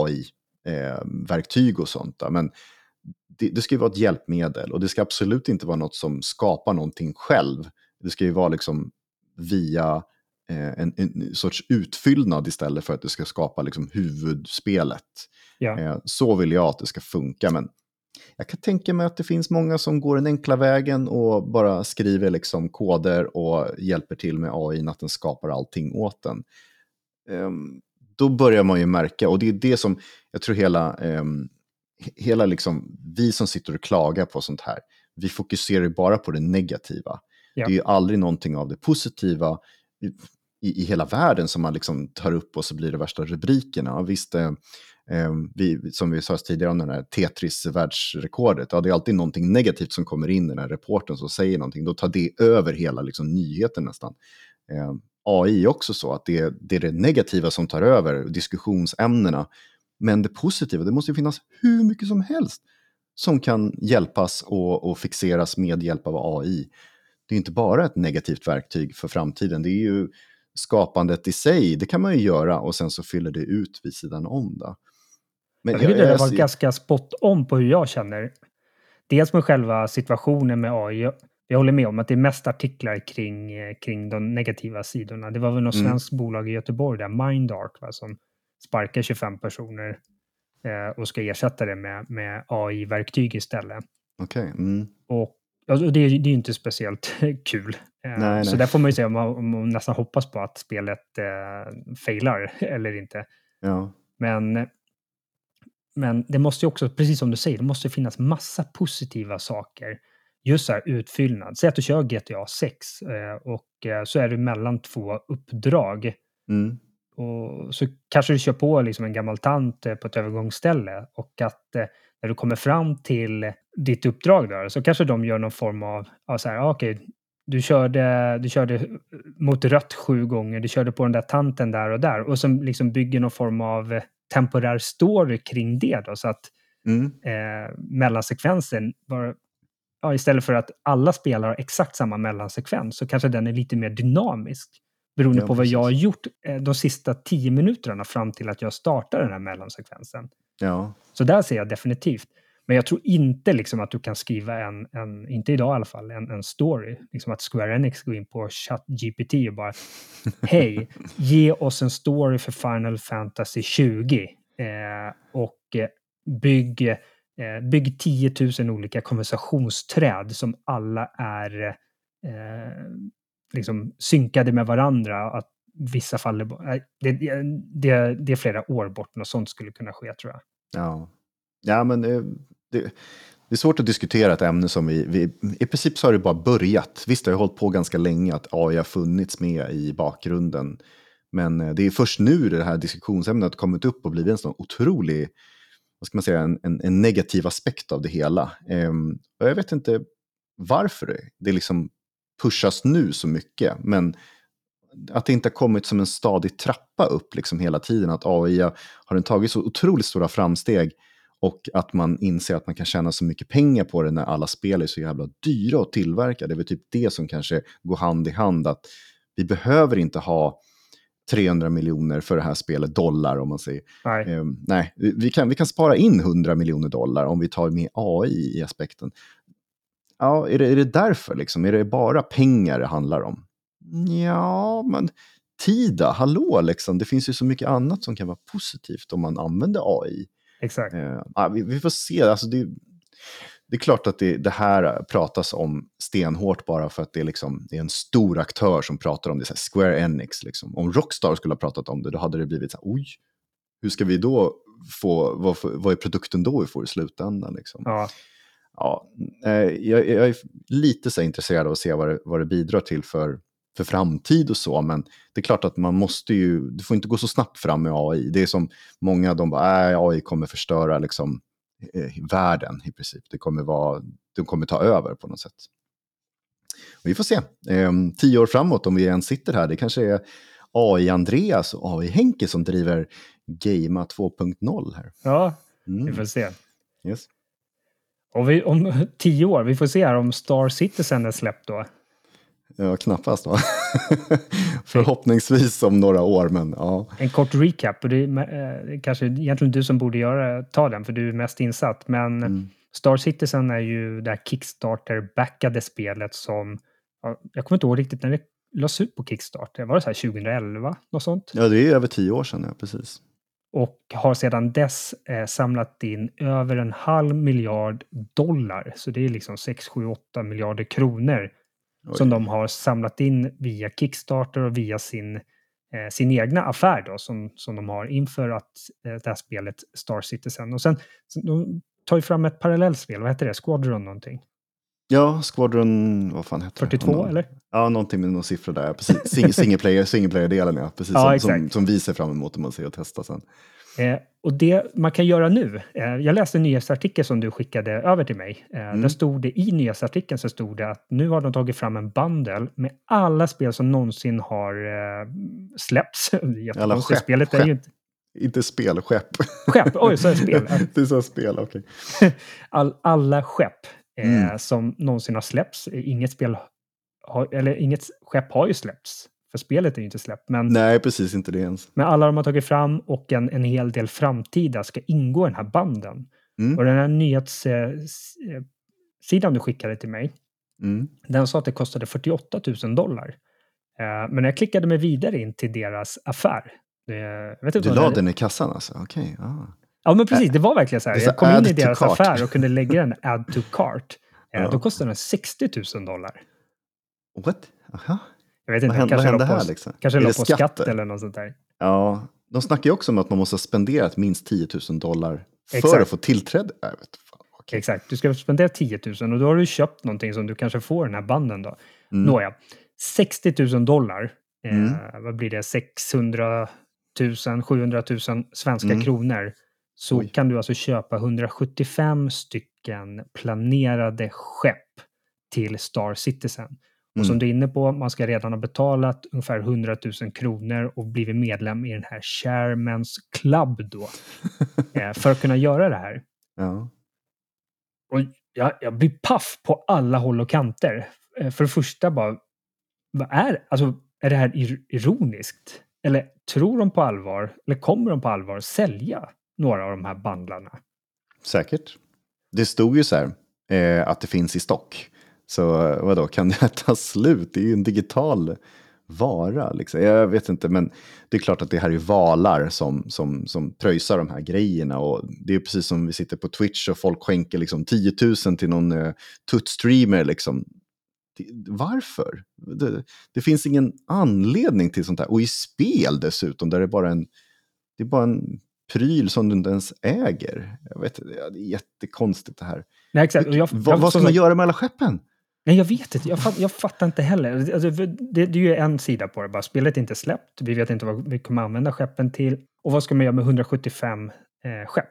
AI-verktyg och sånt. Men det ska ju vara ett hjälpmedel, och det ska absolut inte vara något som skapar någonting själv. Det ska ju vara liksom via en sorts utfyllnad istället för att det ska skapa liksom huvudspelet. Så vill jag att det ska funka, men jag kan tänka mig att det finns många som går den enkla vägen och bara skriver liksom koder och hjälper till med AI att den skapar allting åt den. Då börjar man ju märka, och det är det som jag tror hela liksom, vi som sitter och klagar på sånt här, vi fokuserar ju bara på det negativa. Det är ju aldrig någonting av det positiva i hela världen som man liksom tar upp och så blir det värsta rubrikerna. Visst, som vi sa tidigare om den här Tetris-världsrekordet, det är alltid någonting negativt som kommer in i den här reporten som säger någonting. Då tar det över hela liksom, nyheten nästan. AI är också så att det är det negativa som tar över diskussionsämnena. Men det positiva, det måste finnas hur mycket som helst som kan hjälpas och fixeras med hjälp av AI. Det är inte bara ett negativt verktyg för framtiden. Det är ju skapandet i sig, det kan man ju göra och sen så fyller det ut vid sidan om det. Men jag tycker det var ganska spot on på hur jag känner. Dels med själva situationen med AI. jag håller med om att det är mest artiklar kring de negativa sidorna. Det var väl något svenskt bolag i Göteborg där, Mindark, va, som sparkar 25 personer och ska ersätta det med AI-verktyg istället. Okej. Och alltså, det är ju inte speciellt kul. Nej. Så där får man ju säga om man nästan hoppas på att spelet failar eller inte. Ja. Men det måste ju också, precis som du säger, det måste finnas massa positiva saker. Just så här utfyllnad. Säg att du kör GTA 6 och så är du mellan 2 uppdrag. Och så kanske du kör på liksom en gammal tant på ett övergångsställe och att när du kommer fram till ditt uppdrag där så kanske de gör någon form av så här, okej, du körde mot rött 7 gånger, du körde på den där tanten där och som liksom bygger någon form av temporär story kring det då, så att mellansekvensen istället för att alla spelare har exakt samma mellansekvens så kanske den är lite mer dynamisk beroende på vad jag har gjort de sista 10 minuterna fram till att jag startar den här mellansekvensen. Ja. Så där ser jag definitivt. Men jag tror inte liksom att du kan skriva inte idag i alla fall, en story. Liksom att Square Enix går in på ChatGPT och bara hej, ge oss en story för Final Fantasy 20 och bygg 10 000 olika konversationsträd som alla är liksom synkade med varandra. Att vissa fall det är flera år bort när sånt skulle kunna ske, tror jag. Ja, men det är svårt att diskutera ett ämne som vi i princip så har det bara börjat. Visst, det har hållit på ganska länge att AI har funnits med i bakgrunden. Men det är först nu det här diskussionsämnet har kommit upp och blivit en sån otrolig, vad ska man säga, en negativ aspekt av det hela. Och jag vet inte varför det liksom pushas nu så mycket, men att det inte har kommit som en stadig trappa upp liksom hela tiden, att AI har den tagit så otroligt stora framsteg och att man inser att man kan tjäna så mycket pengar på det när alla spel är så jävla dyra att tillverka. Det är väl typ det som kanske går hand i hand, att vi behöver inte ha 300 miljoner för det här spelet, dollar om man säger. Nej, vi kan spara in 100 miljoner dollar om vi tar med AI i aspekten. Ja, är det därför liksom? Är det bara pengar det handlar om? Ja, men tida, hallå liksom. Det finns ju så mycket annat som kan vara positivt om man använder AI. Exakt. Vi får se, alltså det är klart att det här pratas om stenhårt bara för att det är en stor aktör som pratar om det, så här Square Enix liksom. Om Rockstar skulle ha pratat om det, då hade det blivit så här, oj, hur ska vi då få, vad är produkten då vi får i slutändan liksom? Jag är lite så intresserad av att se vad det bidrar till för framtid och så, men det är klart att man du får inte gå så snabbt fram med AI. Det är som många, de bara, AI kommer förstöra liksom världen i princip. De kommer ta över på något sätt. Och vi får se. 10 år framåt, om vi ens sitter här, det kanske är AI Andreas och AI Henke som driver Gamea 2.0 här. Ja, vi får se. Yes. Och om 10 år, vi får se här om Star Citizen är släppt då. Ja, knappast va? Förhoppningsvis om några år, men ja. En kort recap, och det är kanske egentligen du som borde ta den, för du är mest insatt. Men Star Citizen är ju det här Kickstarter-backade spelet som, jag kommer inte ihåg riktigt när det lades ut på Kickstarter. Var det så här 2011? Något sånt? Ja, det är över 10 år sedan, ja, precis. Och har sedan dess samlat in över $500 miljoner. Så det är liksom 6, 7, 8 miljarder kronor. Oj. Som de har samlat in via Kickstarter och via sin egna affär då, som de har inför att det här spelet Star Citizen. Och sen de tar ju fram ett parallellspel, vad heter det? Squadron någonting? Ja, Squadron, vad fan heter 42 det? eller? Ja, någonting med någon siffra där. Precis, single player-delen, ja. Precis, ja, som vi ser fram emot om man ser och testa sen. Och det man kan göra nu, jag läste en nyhetsartikel som du skickade över till mig. Där stod det, i nyhetsartikeln så stod det att nu har de tagit fram en bundle med alla spel som någonsin har släppts. Alla skepp, spelet är ju inte spel, skepp. Skepp, oj, så är det spel. Det är så spel, okej. Alla skepp som någonsin har släppts. Inget skepp har ju släppts. För spelet är ju inte släppt. Men, nej, precis, inte det ens. Men alla de har tagit fram och en hel del framtida ska ingå i den här banden. Och den här nyhetssidan du skickade till mig, Den sa att det kostade $48,000. Men när jag klickade mig vidare in till deras affär. Jag vet inte du la den i kassan alltså? Okej. Ja, men precis. Det var verkligen så här. Jag kom in i deras cart. affär och kunde lägga en add to cart. Då kostade den $60,000. What? Aha. Jag vet inte. Vad hände här liksom? Kanske la på skatt eller något sånt där. Ja, de snackar ju också om att man måste ha spenderat minst $10,000 för Exakt. att få tillträde. Okay. Exakt, du ska spendera 10 000 och då har du köpt någonting som du kanske får den här banden då. Nåja, $60,000, vad blir det, 600 000, 700 000 svenska kronor. Så kan du alltså köpa 175 stycken planerade skepp till Star Citizen. Och som du är inne på, man ska redan ha betalat ungefär 100 000 kronor och blivit medlem i den här Chairman's Club då. För att kunna göra det här. Ja. Och jag blir paff på alla håll och kanter. För det första bara, är det här ironiskt? Eller tror de på allvar, eller kommer de på allvar sälja några av de här bandlarna? Säkert. Det stod ju så här, att det finns i stock. Så vadå, kan det ta slut? Det är ju en digital vara. Liksom. Jag vet inte, men det är klart att det här är valar som pröjsar de här grejerna. Och det är precis som vi sitter på Twitch och folk skänker liksom 10 000 till någon tutt-streamer. Liksom. Varför? Det finns ingen anledning till sånt här. Och i spel dessutom, där det är bara en pryl som du inte ens äger. Jag vet inte, det är jättekonstigt det här. Nej, exakt. Vad ska man göra med alla skeppen? Nej, jag vet inte. Jag fattar inte heller. Alltså, det är ju en sida på det. Bara, spelet är inte släppt. Vi vet inte vad vi kommer använda skeppen till. Och vad ska man göra med 175 skepp?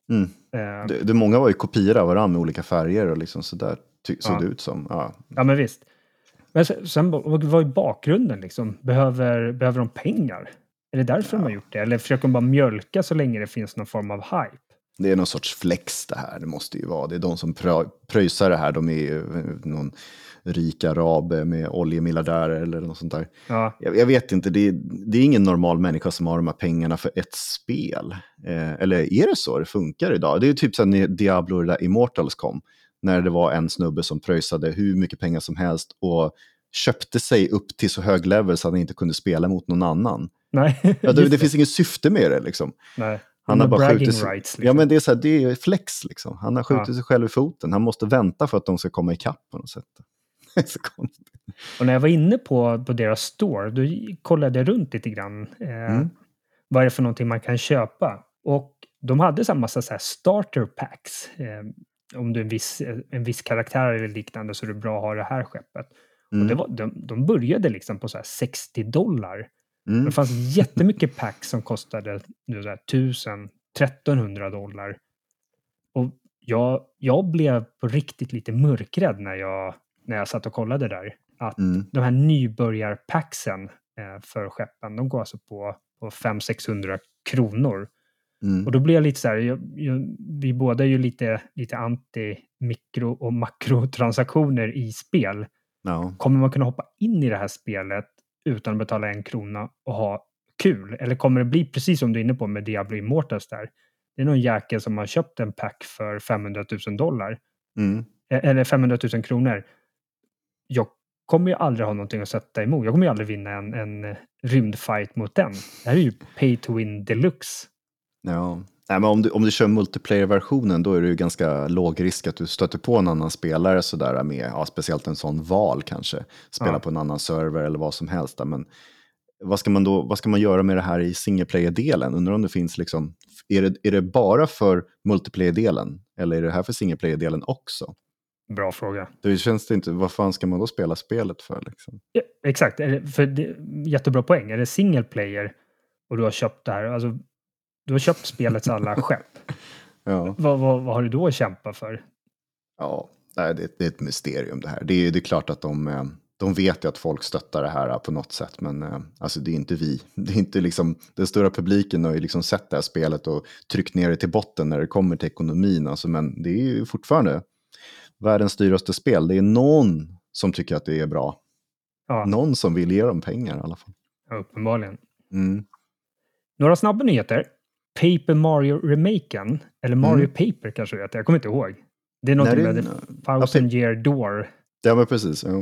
Många var ju kopior av varandra med olika färger och liksom sådär såg det ut som. Ja, men visst. Men sen vad är bakgrunden liksom? Behöver de pengar? Är det därför de har gjort det? Eller försöker de bara mjölka så länge det finns någon form av hype? Det är någon sorts flex det här, det måste ju vara. Det är de som pröjsar det här, de är ju någon rik arab med oljemiljardärer eller något sånt där. Ja. Jag vet inte, det är ingen normal människa som har de här pengarna för ett spel. Eller är det så det funkar idag? Det är ju typ så när Diablo där Immortals kom. När det var en snubbe som pröjsade hur mycket pengar som helst och köpte sig upp till så hög level så att han inte kunde spela mot någon annan. Nej. Det finns inget syfte med det liksom. Nej. Han har bara skjutit rights, liksom. Ja, men det är så här, det är flex liksom. Han har skjutit sig själv i foten. Han måste vänta för att de ska komma ikapp på något sätt. Det är så konstigt. Och när jag var inne på deras store, då kollade jag runt lite grann. Vad är det för någonting man kan köpa? Och de hade så här massa så här starter packs. Om du är en viss karaktär eller liknande så är det bra att ha det här skeppet. Och de började liksom på så här $60. Det fanns jättemycket packs som kostade $1,000-$1,300. Och jag blev på riktigt lite mörkrädd när jag satt och kollade där. Att de här nybörjarpacksen för skeppen, de går alltså på 500-600 kronor. Och då blir jag lite så här, vi båda är ju lite anti-mikro- och makrotransaktioner i spel. No. Kommer man kunna hoppa in i det här spelet utan att betala 1 krona och ha kul? Eller kommer det bli precis som du är inne på med Diablo Immortals där? Det är någon jäkel som har köpt en pack för $500,000. Eller 500 000 kronor. Jag kommer ju aldrig ha någonting att sätta emot. Jag kommer ju aldrig vinna en rymdfight mot den. Det här är ju pay to win deluxe. Ja. Nej, men om du kör multiplayer-versionen då är det ju ganska låg risk att du stöter på en annan spelare sådär med, speciellt en sån val kanske. Spela på en annan server eller vad som helst. Men vad ska man göra med det här i singleplayer-delen? Undrar om det finns liksom, är det bara för multiplayer-delen? Eller är det här för singleplayer-delen också? Bra fråga. Det känns det inte, vad fan ska man då spela spelet för liksom? Ja, exakt, jättebra poäng. Är det single player och du har köpt det här, alltså du har köpt spelets alla skepp. Ja. Vad har du då att kämpa för? Ja, det är ett mysterium det här. Det är klart att de vet ju att folk stöttar det här på något sätt, men alltså det är inte vi. Det är inte liksom, den stora publiken har ju liksom sett det här spelet och tryckt ner det till botten när det kommer till ekonomin. Alltså, men det är ju fortfarande världens dyraste spel. Det är någon som tycker att det är bra. Ja. Någon som vill ge dem pengar i alla fall. Ja, uppenbarligen. Några snabba nyheter. Paper Mario-remaken, eller Mario Paper kanske det heter, jag kommer inte ihåg. Det är något med The Thousand Year Door. Ja, men precis. Ja.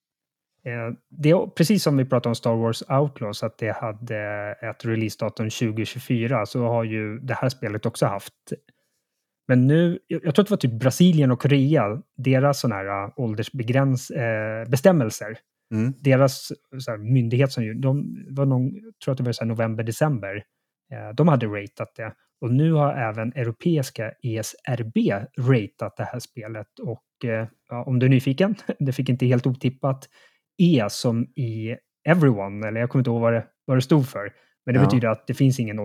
Det är precis som vi pratade om Star Wars Outlaws, att det hade ett releasedatum 2024, så har ju det här spelet också haft. Men nu, jag tror att det var typ Brasilien och Korea, deras sådana här åldersbestämmelser. Deras så här, myndighet som de var någon, tror att det var så här november, december. De hade ratat det. Och nu har även europeiska ESRB ratat det här spelet. Och ja, om du är nyfiken, det fick inte helt otippat. E som i everyone, eller jag kommer inte ihåg vad det stod för. Men det betyder att det finns ingen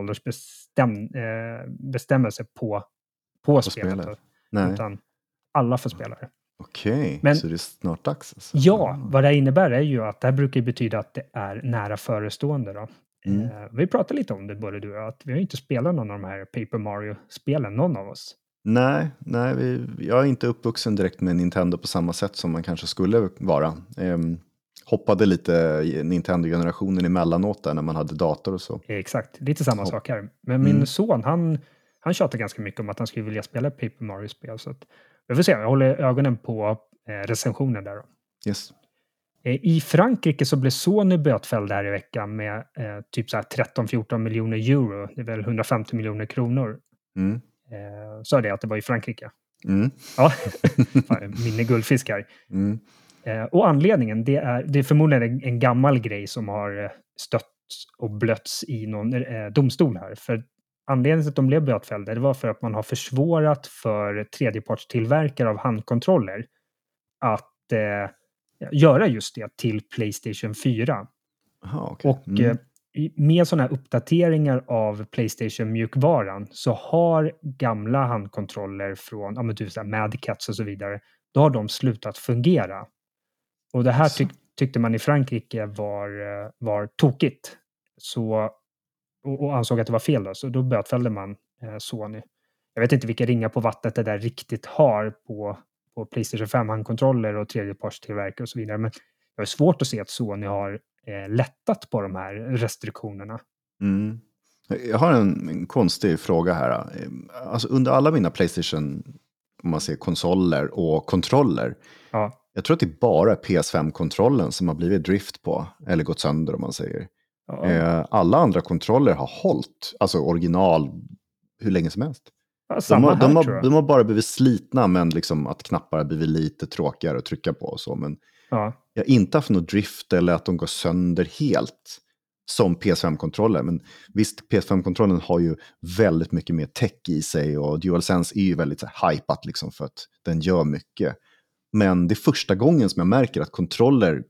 åldersbestämmelse på spelet. Utan alla får spela det. Okej, så det är snart dags alltså. Ja, vad det innebär är ju att det här brukar betyda att det är nära förestående då. Vi pratade lite om det, både du och jag, att vi har inte spelat någon av de här Paper Mario-spelen, någon av oss. Nej, jag är inte uppvuxen direkt med Nintendo på samma sätt som man kanske skulle vara. Hoppade lite Nintendo-generationen emellanåt där när man hade dator och så. Exakt, lite samma sak här. Men min son, han tjatar ganska mycket om att han skulle vilja spela Paper Mario-spel. Så att, vi får se, jag håller ögonen på recensionen där då. Yes. I Frankrike så blev Sony bötfälld här i veckan med typ så här 13-14 miljoner euro. Det är väl 150 miljoner kronor. Sa det att det var i Frankrike? Ja, minne guldfiskar. Och anledningen, det är förmodligen en gammal grej som har stötts och blötts i någon domstol här. För anledningen till att de blev bötfällda, det var för att man har försvårat för tredjepartstillverkare av handkontroller att göra just det till PlayStation 4. Aha, okay. Och med sådana här uppdateringar av PlayStation-mjukvaran så har gamla handkontroller från Mad Catz och så vidare, då har de slutat fungera. Och det här tyckte man i Frankrike var tokigt. Så, och ansåg att det var fel då, så då bötfällde man Sony. Jag vet inte vilka ringar på vattnet det där riktigt har på PlayStation 5-handkontroller och tredjepartstillverkare och så vidare. Men jag har svårt att se att Sony har lättat på de här restriktionerna. Jag har en konstig fråga här. Alltså under alla mina PlayStation, om man ser konsoler och kontroller. Ja. Jag tror att det bara är PS5-kontrollen som har blivit drift på, eller gått sönder om man säger. Ja. Alla andra kontroller har hållit, alltså original, hur länge som helst. Ja, de har bara blivit slitna, men liksom att knappar har blivit lite tråkigare att trycka på och så. Men jag har inte haft något drift eller att de går sönder helt som PS5-kontroller. Men visst, PS5-kontrollen har ju väldigt mycket mer tech i sig och DualSense är ju väldigt så här, hypat liksom för att den gör mycket. Men det är första gången som jag märker att kontroller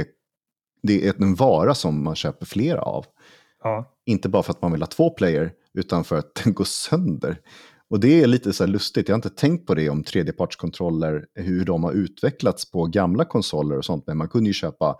det är en vara som man köper flera av. Ja. Inte bara för att man vill ha 2 player, utan för att den går sönder. Och det är lite så här lustigt. Jag har inte tänkt på det om tredjepartskontroller, hur de har utvecklats på gamla konsoler och sånt. Men man kunde ju köpa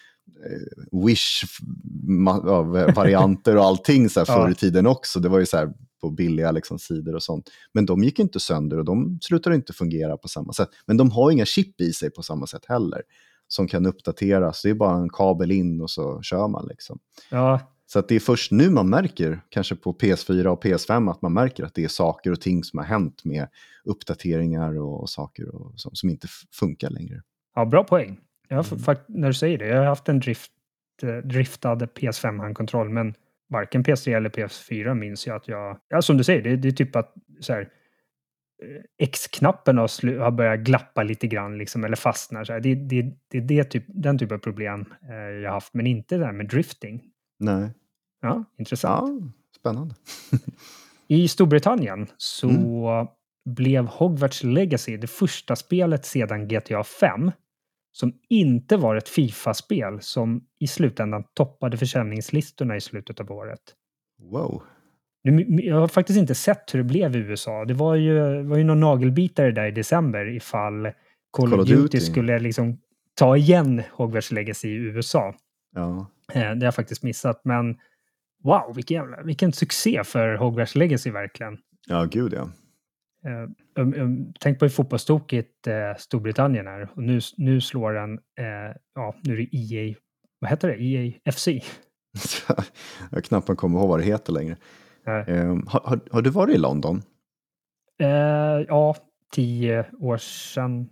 Wish-varianter och allting så här förr i tiden också. Det var ju så här på billiga liksom, sidor och sånt. Men de gick inte sönder och de slutade inte fungera på samma sätt. Men de har inga chip i sig på samma sätt heller. Som kan uppdateras. Det är bara en kabel in och så kör man liksom. Ja. Så att det är först nu man märker, kanske på PS4 och PS5, att man märker att det är saker och ting som har hänt med uppdateringar och saker och som inte funkar längre. Ja, bra poäng. När du säger det, jag har haft en driftad PS5-handkontroll, men varken PS3 eller PS4 minns jag att som du säger, det är typ att så här, X-knappen har börjat glappa lite grann liksom, eller fastnar. Så här. Det är den typ av problem jag har haft, men inte det här med drifting. Nej. Ja, intressant. Ja, spännande. I Storbritannien så blev Hogwarts Legacy det första spelet sedan GTA 5 som inte var ett FIFA-spel som i slutändan toppade försäljningslistorna i slutet av året. Wow. Jag har faktiskt inte sett hur det blev i USA. Det var ju någon nagelbitare där i december ifall Call of Duty skulle liksom ta igen Hogwarts Legacy i USA. Ja. Det har jag faktiskt missat, men wow, vilken succé för Hogwarts Legacy verkligen. Ja, gud ja. Tänk på hur fotbollstokigt Storbritannien är. Och nu slår den, nu är det EA, vad heter det? EA FC. Jag knappt kommer ihåg vad det heter längre. Har du varit i London? Ja, 10 år sedan.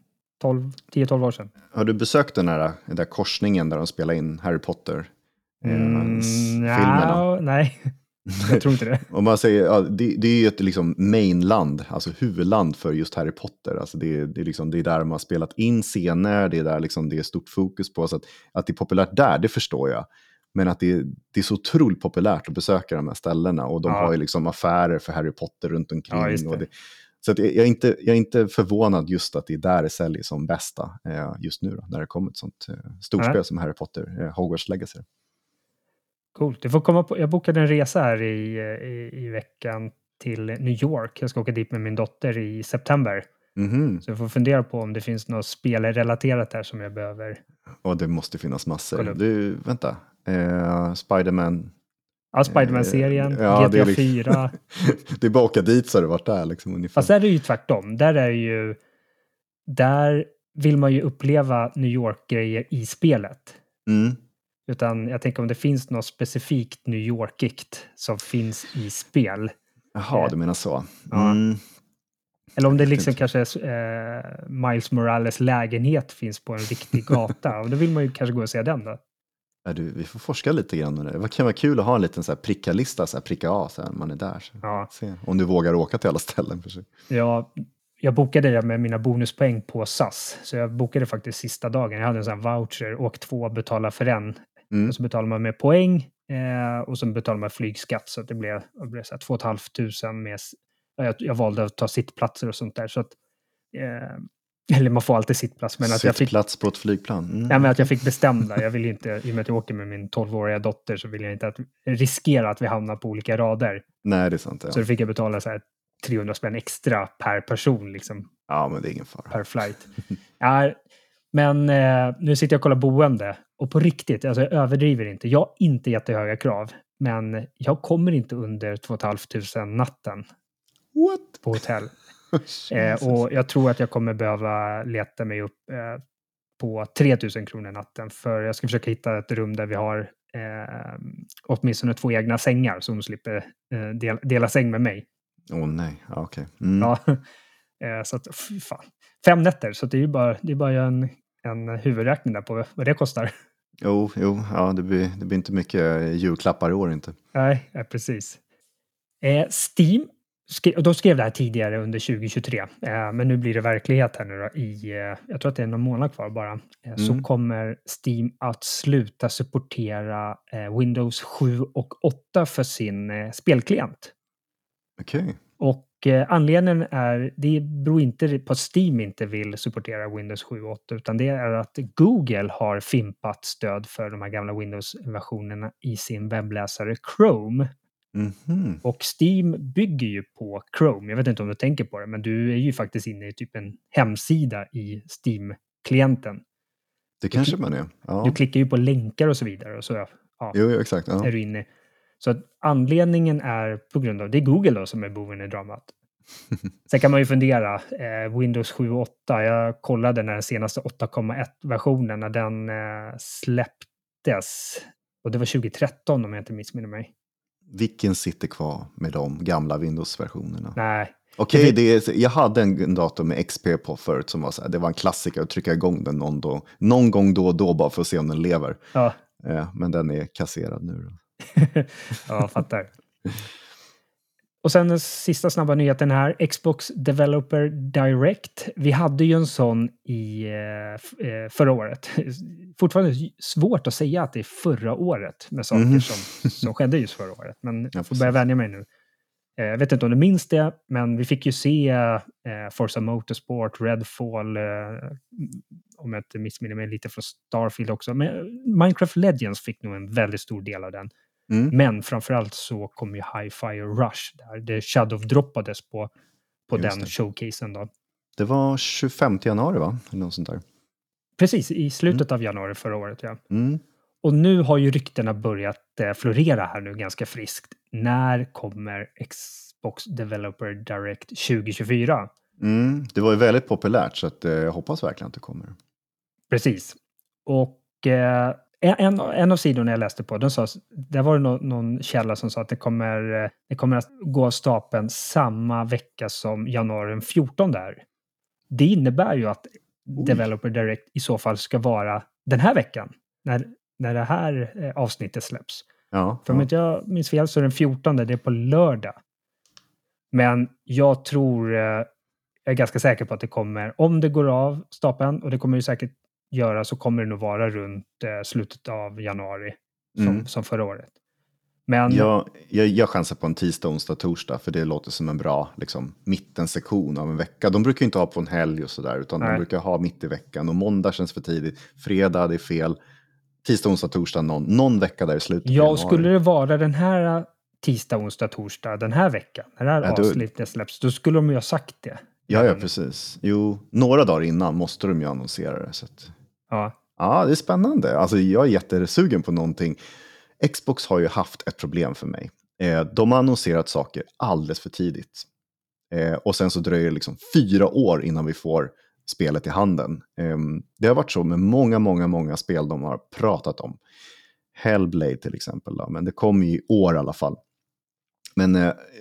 10-12 år sedan. Har du besökt den där korsningen där de spelar in Harry Potter? Filmerna? Nej, jag tror inte det. Om man säger, ja, det är ju ett liksom mainland, alltså huvudland för just Harry Potter. Alltså det är där man har spelat in scener, det är där liksom det är stort fokus på. Så att det är populärt där, det förstår jag. Men att det är så otroligt populärt att besöka de här ställena. Och de har ju liksom affärer för Harry Potter runt omkring. Ja, just det. Och så att jag är inte förvånad just att det är där det säljer som bästa just nu då, när det kommer ett sånt storspel som Harry Potter, Hogwarts Legacy. Coolt. Du får komma på, jag bokade en resa här i veckan till New York. Jag ska åka dit med min dotter i september. Så jag får fundera på om det finns något spelrelaterat där som jag behöver. Och det måste finnas massor. Du, vänta. Spider-Man. Ja, Spider-Man-serien, ja, GTA 4. Det är bara att åka dit så har det varit där liksom ungefär. Fast där är det ju tvärtom. Där vill man ju uppleva New York-grejer i spelet. Utan jag tänker om det finns något specifikt New Yorkigt som finns i spel. Jaha, du menar så. Ja. Eller om det liksom kanske Miles Morales lägenhet finns på en riktig gata. Och då vill man ju kanske gå och se den då. Ja, vi får forska lite grann med det. Det kan vara kul att ha en liten så här pricka-lista, så här pricka A, så här, man är där. Så. Ja. Se, om du vågar åka till alla ställen för sig. Ja, jag bokade det med mina bonuspoäng på SAS. Så jag bokade faktiskt sista dagen. Jag hade en sån här voucher, åk 2, betala för en. Och så betalar man med poäng och så betalar man flygskatt. Så att det blev så här 2 500 med... Jag valde att ta sittplatser och sånt där. Så att, eller man får alltid sittplats. Men att jag fick plats på ett flygplan. Ja, men att jag fick bestämda. Jag vill inte, i och med att jag åker med min 12-åriga dotter så vill jag inte riskera att vi hamnar på olika rader. Nej, det är sant. Ja. Så då fick jag betala så här 300 spänn extra per person liksom. Ja, men det är ingen fara. Per flight. Ja, men nu sitter jag och kollar boende. Och på riktigt, alltså jag överdriver inte. Jag har inte jättehöga krav. Men jag kommer inte under 2 500 natten. What? På hotell. Och jag tror att jag kommer behöva leta mig upp på 3 000 kronor natten. För jag ska försöka hitta ett rum där vi har åtminstone 2 egna sängar. Så hon slipper dela säng med mig. Nej, okej. Ja, så att, fan. 5 nätter, så det är bara en huvudräkning där på vad det kostar. Jo, ja, det blir inte mycket julklappar i år inte. Nej, precis. Steam, de skrev det här tidigare under 2023, men nu blir det verklighet här nu då, jag tror att det är någon månad kvar bara, så kommer Steam att sluta supportera Windows 7 och 8 för sin spelklient. Okej. Och anledningen det beror inte på att Steam inte vill supportera Windows 7 och 8, utan det är att Google har fimpat stöd för de här gamla Windows-versionerna i sin webbläsare Chrome. Och Steam bygger ju på Chrome. Jag vet inte om du tänker på det, men du är ju faktiskt inne i typ en hemsida i Steam-klienten. Det kanske man är. Ja. Du klickar ju på länkar och så vidare. Och så jo, exakt. Ja. Är du inne. Så att anledningen är på grund av det är Google då som är boven i dramat. Sen kan man ju fundera, Windows 7 och 8, jag kollade när den senaste 8.1-versionen, när den släpptes. Och det var 2013 om jag inte missminner mig. Vilken sitter kvar med de gamla Windows-versionerna? Nej. Okej, jag hade en dator med XP på förut som var så här, det var en klassiker att trycka igång den någon gång då och då bara för att se om den lever. Ja. Men den är kasserad nu då. Ja, fattar. Och sen den sista snabba nyheten här, Xbox Developer Direct. Vi hade ju en sån i förra året. Fortfarande svårt att säga att det är förra året med saker som skedde just förra året. Men jag får börja vänja mig nu. Jag vet inte om du minns det, men vi fick ju se Forza Motorsport, Redfall, om jag inte missminner mig, lite från Starfield också. Men Minecraft Legends fick nog en väldigt stor del av den. Men framförallt så kom ju Hi-Fi Rush där det shadow-droppades på den showcasen då. Det var 25 januari va? Eller något sånt där. Precis, i slutet av januari förra året, ja. Och nu har ju ryktena börjat florera här nu ganska friskt. När kommer Xbox Developer Direct 2024? Det var ju väldigt populärt, så att, jag hoppas verkligen att det kommer. Precis. Och en av sidorna jag läste på, där var det någon källa som sa att det kommer att gå av stapeln samma vecka som januari 14 där. Det innebär ju att Developer Direct i så fall ska vara den här veckan. När det här avsnittet släpps. Ja, För om inte jag minns fel så är den 14, det är på lördag. Men jag tror, jag är ganska säker på att det kommer, om det går av stapeln, och det kommer det säkert göra, så kommer det nog vara runt slutet av januari som förra året. Men jag chansar på en tisdag, onsdag, torsdag, för det låter som en bra liksom, mittensektion av en vecka. De brukar inte ha på en helg och sådär, utan de brukar ha mitt i veckan. Och måndag känns för tidigt, fredag det är fel, tisdag, onsdag, torsdag, någon vecka där i slutet. Ja, och skulle det vara den här tisdag, onsdag, torsdag den här veckan, när det här avsnittet släpps, då skulle de ju ha sagt det. Ja, precis. Jo, några dagar innan måste de ju annonsera det. Så att... Ja, det är spännande. Alltså, jag är jättesugen på någonting. Xbox har ju haft ett problem för mig. De har annonserat saker alldeles för tidigt. Och sen så dröjer det liksom 4 år innan vi får spelet i handen. Det har varit så med många spel de har pratat om. Hellblade till exempel då, men det kommer ju i år i alla fall. Men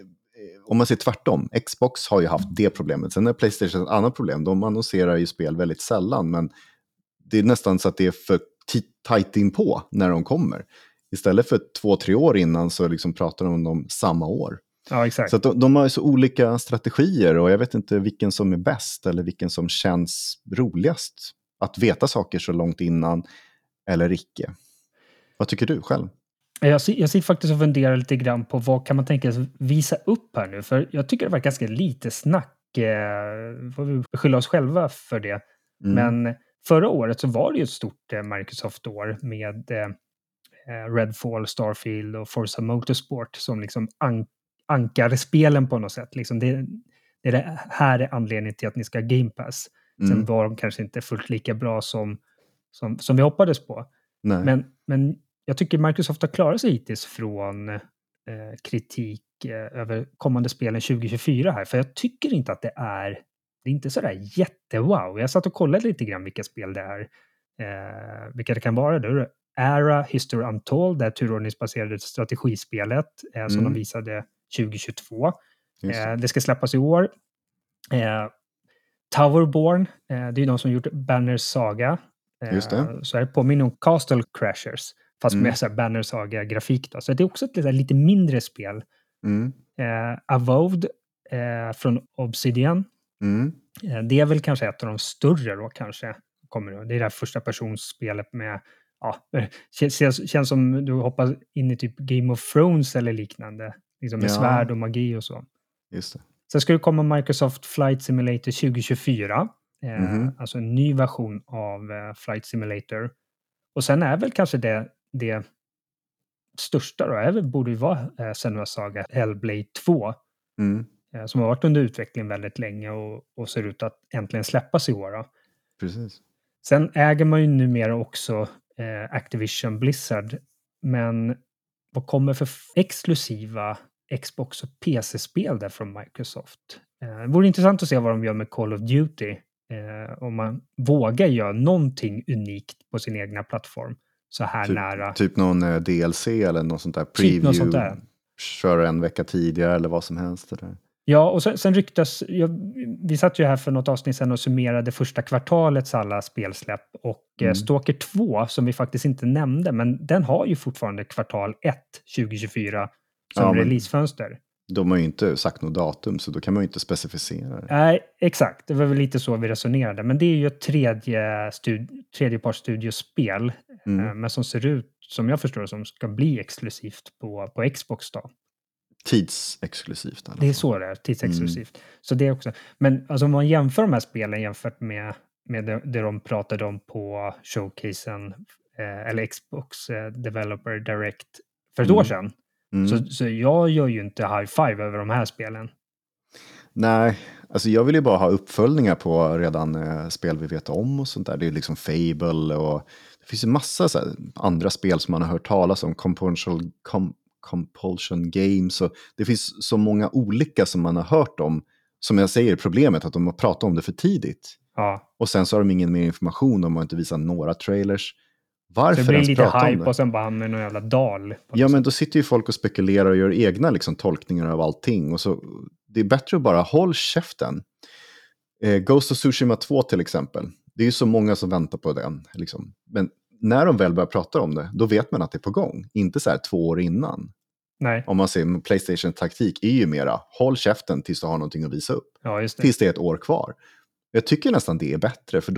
om man ser tvärtom, Xbox har ju haft det problemet. Sen är PlayStation ett annat problem. De annonserar ju spel väldigt sällan, men det är nästan så att det är för tajt in på när de kommer. Istället för 2-3 år innan så liksom pratar de om dem samma år. Ja, exakt. Så att de har ju så olika strategier, och jag vet inte vilken som är bäst eller vilken som känns roligast. Att veta saker så långt innan eller icke. Vad tycker du själv? Jag sitter faktiskt och funderar lite grann på vad kan man tänka sig visa upp här nu. För jag tycker det var ganska lite snack. Får vi skylla oss själva för det. Men förra året så var det ju ett stort Microsoft-år med Redfall, Starfield och Forza Motorsport som liksom ankar spelen på något sätt. Liksom det här är anledningen till att ni ska ha Game Pass. Sen var de kanske inte fullt lika bra som vi hoppades på. Nej. Men jag tycker Microsoft har klarat sig hittills från kritik över kommande spelen 2024 här. För jag tycker inte att det är inte sådär jättewow. Jag satt och kollade lite grann vilka spel det är. Vilka det kan vara. Då är det Era, History Untold, det här turordningsbaserade strategispelet som de visade 2022. Det ska släppas i år. Towerborn, det är ju de som gjort Banner Saga. Just det. Så det påminner om Castle Crashers, fast med så här Banner Saga-grafik. Så det är också ett lite mindre spel. Avowed från Obsidian. Det är väl kanske ett av de större då kanske. Det är det här första personsspelet med känns som du hoppar in i typ Game of Thrones eller liknande. Liksom med svärd och magi och så. Just det. Sen ska det komma Microsoft Flight Simulator 2024. Alltså en ny version av Flight Simulator. Och sen är väl kanske det största då, borde ju vara Senua's Saga Hellblade 2. Som har varit under utveckling väldigt länge och ser ut att äntligen släppas i år. Då. Precis. Sen äger man ju numera också Activision Blizzard. Men vad kommer för exklusiva Xbox och PC-spel där från Microsoft? Det vore intressant att se vad de gör med Call of Duty. Om man vågar göra någonting unikt på sin egna plattform. Så här nära. Typ någon DLC eller något sånt där preview. Typ något sånt där. Köra en vecka tidigare eller vad som helst. Det där. Ja, och sen ryktas... vi satt ju här för något avsnitt sedan och summerade första kvartalets alla spelsläpp. Och Stalker 2, som vi faktiskt inte nämnde, men den har ju fortfarande kvartal 1 2024 som releasefönster. De har ju inte sagt något datum, så då kan man ju inte specificera det. Nej, exakt. Det var väl lite så vi resonerade. Men det är ju ett tredjepartsstudiospel. Men som ser ut, som jag förstår, som ska bli exklusivt på Xbox då. Tidsexklusivt. Det är så det är, tidsexklusivt. Så det är också. Men alltså, om man jämför de här spelen jämfört med det de pratade om på showcasen eller Xbox Developer Direct för ett år sedan. Så jag gör ju inte high five över de här spelen. Nej, alltså jag vill ju bara ha uppföljningar på redan spel vi vet om och sånt där. Det är liksom Fable och det finns ju massa så här andra spel som man har hört talas om. Compulsion Games och det finns så många olika som man har hört om. Som jag säger, problemet att de har pratat om det för tidigt. Ja. Och sen så har de ingen mer information, de har inte visat några trailers. Varför så det blir lite hype det? Och sen bara med någon jävla dal. Ja, men då sitter ju folk och spekulerar och gör egna liksom, tolkningar av allting. Och så, det är bättre att bara håll käften. Ghost of Tsushima 2 till exempel. Det är ju så många som väntar på den. Liksom. Men när de väl börjar prata om det, då vet man att det är på gång. Inte så här 2 år innan. Nej. Om man ser PlayStation-taktik är ju mera, håll käften tills du har någonting att visa upp. Ja, just det. Tills det är ett år kvar. Jag tycker nästan det är bättre, för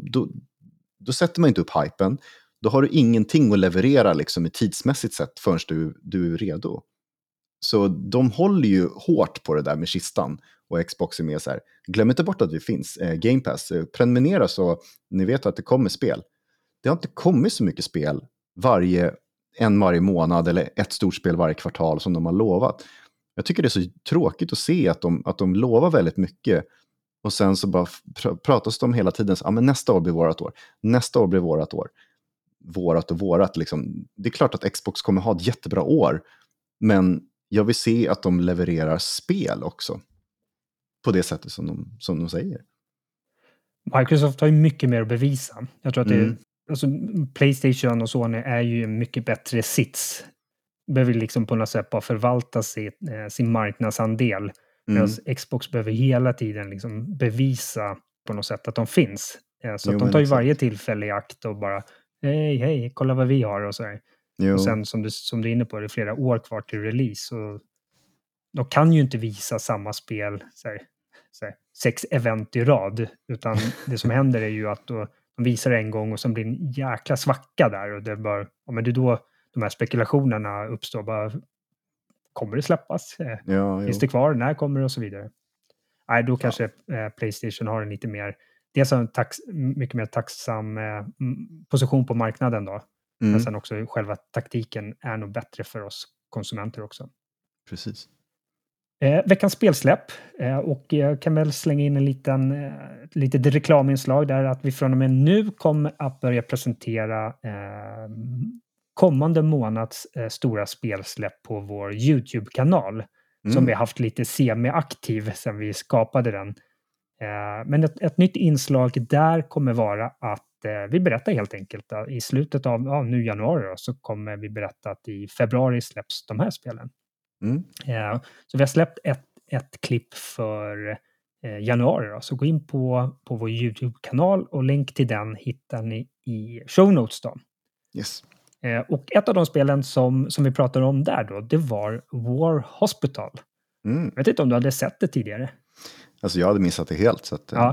då sätter man inte upp hypen. Då har du ingenting att leverera liksom, i tidsmässigt sett förrän du är redo. Så de håller ju hårt på det där med kistan. Och Xbox är med så här, glöm inte bort att vi finns. Game Pass, prenumerera så ni vet att det kommer spel. Det har inte kommit så mycket spel varje månad eller ett stort spel varje kvartal som de har lovat. Jag tycker det är så tråkigt att se att de lovar väldigt mycket och sen så bara pratas de hela tiden så, men nästa år blir vårat år. Nästa år blir vårat år. Vårat liksom. Det är klart att Xbox kommer ha ett jättebra år, men jag vill se att de levererar spel också. På det sättet som de säger. Microsoft har ju mycket mer att bevisa. Jag tror att det alltså, PlayStation och Sony är ju en mycket bättre sits. Behöver liksom på något sätt bara förvalta sin marknadsandel. Medan Xbox behöver hela tiden liksom bevisa på något sätt att de finns. Så att de tar ju varje tillfälle i akt och bara hej, kolla vad vi har och så här. Och sen som du är inne på, det är flera år kvar till release. Och de kan ju inte visa samma spel så här, 6 event i rad. Utan det som händer är ju att de visar det en gång och sen blir en jäkla svacka där. Och det är bara, men det är då de här spekulationerna uppstår. Bara, kommer det släppas? Finns det kvar? När kommer det? Och så vidare. Nej, då kanske PlayStation har en lite mer, dels en mycket mer tacksam position på marknaden då. Men sen också själva taktiken är nog bättre för oss konsumenter också. Precis. Veckans spelsläpp, och jag kan väl slänga in en litet reklaminslag där att vi från och med nu kommer att börja presentera kommande månads stora spelsläpp på vår YouTube-kanal som vi har haft lite semi-aktiv sedan vi skapade den. Men ett nytt inslag där kommer vara att vi berättar helt enkelt att i slutet av nu januari då, så kommer vi berätta att i februari släpps de här spelen. Så vi har släppt ett klipp för januari då, så gå in på vår YouTube-kanal och länk till den hittar ni i show notes då. Yes. Och ett av de spelen som vi pratade om där då, det var War Hospital. Jag vet inte om du hade sett det tidigare. Alltså jag hade missat det helt. Så att,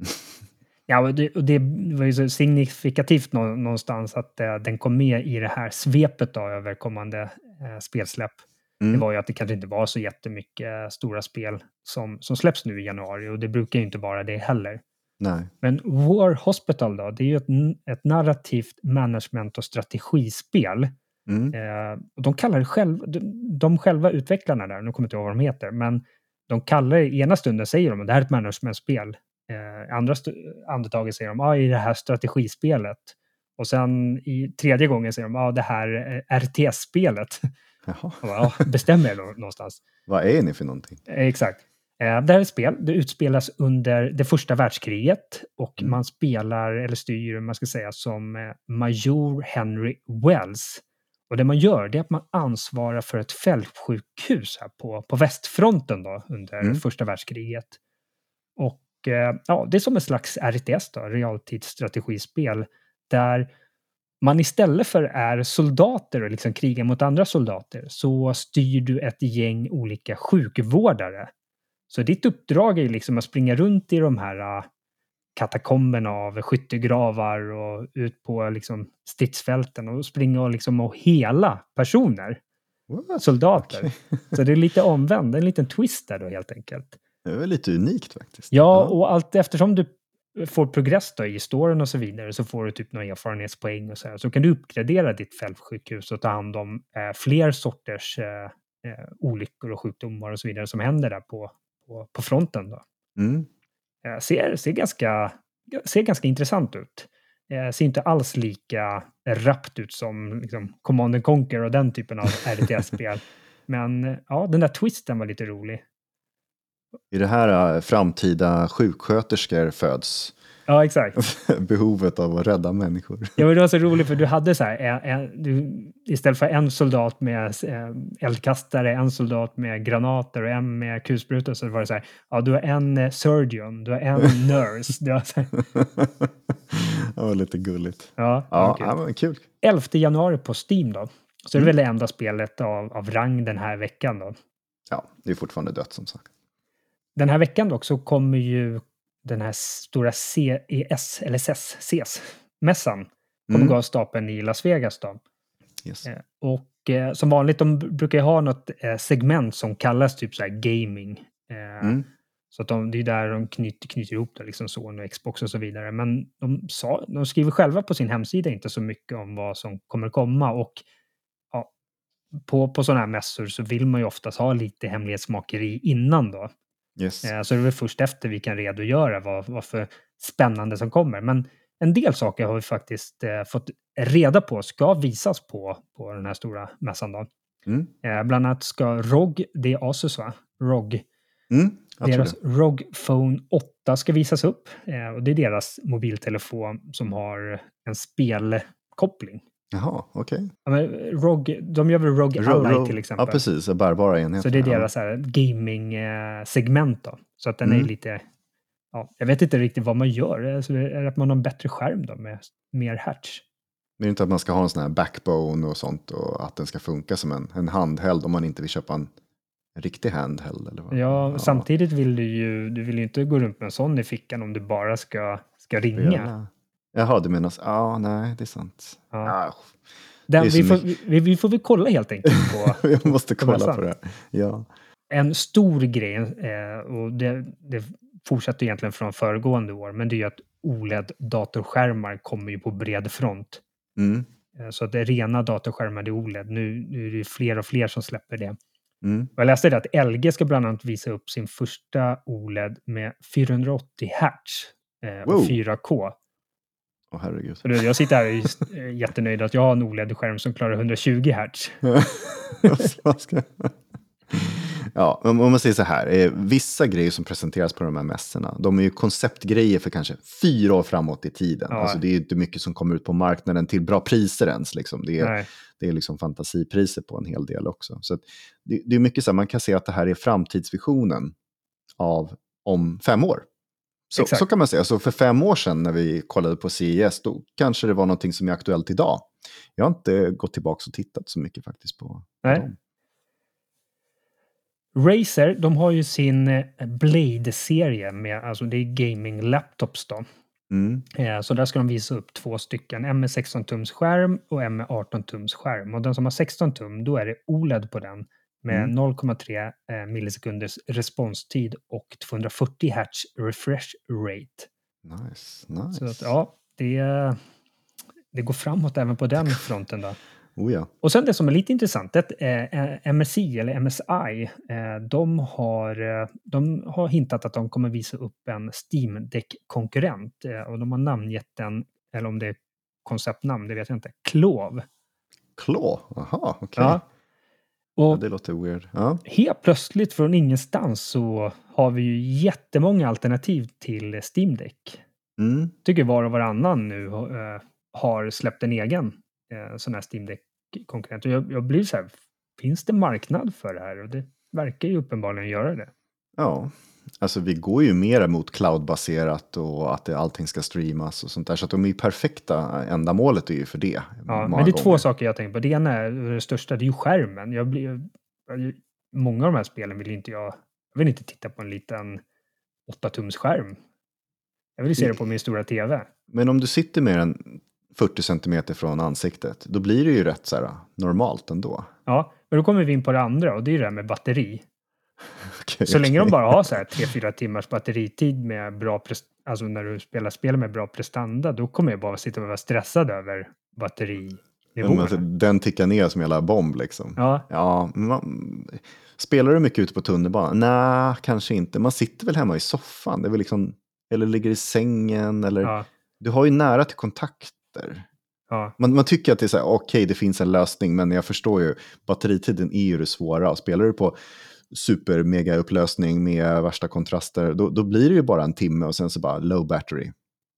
Ja, och det var ju så signifikativt någonstans att den kom med i det här svepet då, över kommande spelsläpp. Det var ju att det kanske inte var så jättemycket stora spel som släpps nu i januari och det brukar ju inte vara det heller. Nej. Men War Hospital då, det är ju ett narrativt management- och strategispel. Och de kallar det de själva utvecklarna där, nu kommer jag inte ihåg vad de heter, men de kallar det, ena stunden säger de att det här är ett managementspel. Andra andetaget säger de, i det här strategispelet. Och sen i tredje gången säger de, det här RTS-spelet. Jaha. Bestämmer jag någonstans. Vad är ni för någonting? Exakt. Det här är ett spel, det utspelas under det första världskriget och man spelar, eller styr, man ska säga, som major Henry Wells. Och det man gör, det är att man ansvarar för ett fältsjukhus här på västfronten då, under första världskriget. Och det är som en slags RTS då, realtidsstrategispel, där man istället för är soldater och liksom krigar mot andra soldater så styr du ett gäng olika sjukvårdare. Så ditt uppdrag är ju liksom att springa runt i de här katakomberna av skyttegravar och ut på liksom stridsfälten och springa och liksom och hela personer. What? Soldater. Okay. Så det är lite omvänd, en liten twist där då helt enkelt. Det är väl lite unikt faktiskt. Ja, och allt eftersom du får progress då i storyn och så vidare så får du typ några erfarenhetspoäng och så här. Så kan du uppgradera ditt fältsjukhus och ta hand om fler sorters olyckor och sjukdomar och så vidare som händer där på fronten då. Ser ganska intressant ut. Ser inte alls lika rappt ut som liksom Command & Conquer och den typen av RTS-spel. Men den där twisten var lite rolig. I det här framtida sjuksköterskor föds. Ja, exakt. Behovet av att rädda människor. Ja, men det var så roligt för du hade så här, istället för en soldat med eldkastare, en soldat med granater och en med kulsprutor, så var det så här, ja, du har en surgeon, du har en nurse. Du har så här. Det var lite gulligt. Ja, Ja, men kul. 11 januari på Steam då. Så det är väl det enda spelet av rang den här veckan då. Ja, det är fortfarande dött som sagt. Den här veckan dock så kommer ju den här stora CES, eller CES-mässan kommer gå av stapeln i Las Vegas då. Yes. Och som vanligt, de brukar ju ha något segment som kallas typ så här gaming. Så att det är där de knyter ihop det, liksom Sony och Xbox och så vidare. Men de skriver själva på sin hemsida inte så mycket om vad som kommer komma. Och ja, på sådana här mässor så vill man ju oftast ha lite hemlighetsmakeri innan då. Yes. Så det är väl först efter vi kan redogöra vad för spännande som kommer. Men en del saker har vi faktiskt fått reda på ska visas på den här stora mässan då. Bland annat ska ROG, det är Asus va? ROG. Deras ROG Phone 8 ska visas upp. Och det är deras mobiltelefon som har en spelkoppling. Jaha, okej. Ja, men de gör väl ROG Ally till exempel. Ja, precis. Bärbara enheter. Så det är deras gaming-segment då. Så att den är lite... Ja, jag vet inte riktigt vad man gör. Alltså, är det att man har en bättre skärm då med mer hertz? Det är inte att man ska ha en sån här backbone och sånt och att den ska funka som en handheld om man inte vill köpa en riktig handheld eller vad? Ja, samtidigt vill du vill ju inte gå runt med en sån i fickan om du bara ska ringa. Jaha, du menar... Ja, nej, det är sant. Ja. Vi får väl kolla helt enkelt på... Jag måste kolla på det. Ja. En stor grej, och det fortsätter egentligen från föregående år, men det är ju att OLED-datorskärmar kommer ju på bred front. Så att det är rena datorskärmar, det är OLED. Nu är det fler och fler som släpper det. Jag läste det att LG ska bland annat visa upp sin första OLED med 480 Hz och 4K. Åh herregud. Så jag sitter här och är jättenöjd att jag har en OLED-skärm som klarar 120 Hz. Ja, om man säger så här, vissa grejer som presenteras på de här mässorna, de är ju konceptgrejer för kanske 4 år framåt i tiden. Ja. Alltså det är ju inte mycket som kommer ut på marknaden till bra priser ens. Liksom. Det är liksom fantasipriser på en hel del också. Så det är mycket så här, man kan se att det här är framtidsvisionen om 5 år. Så kan man säga. Så för 5 år sedan när vi kollade på CES, då kanske det var någonting som är aktuellt idag. Jag har inte gått tillbaka och tittat så mycket faktiskt på dem. Razer, de har ju sin Blade-serie med, alltså det är gaming-laptops då. Så där ska de visa upp 2 stycken, en med 16-tums skärm och en med 18-tums skärm. Och den som har 16 tum, då är det OLED på den med 0,3 millisekunders responstid och 240 Hz refresh rate. Nice. Så att, ja, det går framåt även på den fronten då. Oh ja. Och sen det som är lite intressant är att MSI eller MSI, de har hintat att de kommer visa upp en Steam Deck-konkurrent. Och de har namngett den, eller om det är konceptnamn, det vet jag inte. Clove. Clove? Aha, okej. Ja. Och det låter weird. Ja. Helt plötsligt från ingenstans så har vi ju jättemånga alternativ till Steam Deck. Tycker var och varannan nu har släppt en egen sån här Steam Deck-konkurrent. Och jag blir så här, finns det marknad för det här? Och det verkar ju uppenbarligen göra det. Ja, alltså vi går ju mer mot cloudbaserat och att allting ska streamas och sånt där. Så att de är ju perfekta, ändamålet är ju för det. Ja, men det är 2 saker jag tänker på. Det ena är det största, det är ju skärmen. Många av de här spelen vill jag vill inte titta på en liten 8-tums skärm. Jag vill se det på min stora tv. Men om du sitter mer än 40 centimeter från ansiktet, då blir det ju rätt så här normalt ändå. Ja, men då kommer vi in på det andra och det är det här med batteri. Så länge de bara har så här 3-4 timmars batteritid med bra alltså när du spelar spel med bra prestanda, då kommer jag bara sitta och vara stressad över batterinivåerna. Alltså, den tickar ner som hela bomb liksom. Ja. Spelar du mycket ute på tunnelbanan? Nej, kanske inte. Man sitter väl hemma i soffan, det är väl liksom, eller ligger i sängen, eller du har ju nära till kontakter. Ja. Man tycker att det är så här, okej, det finns en lösning, men jag förstår ju, batteritiden är ju det svåra. Spelar du på super mega upplösning med värsta kontraster, då blir det ju bara en timme och sen så bara low battery.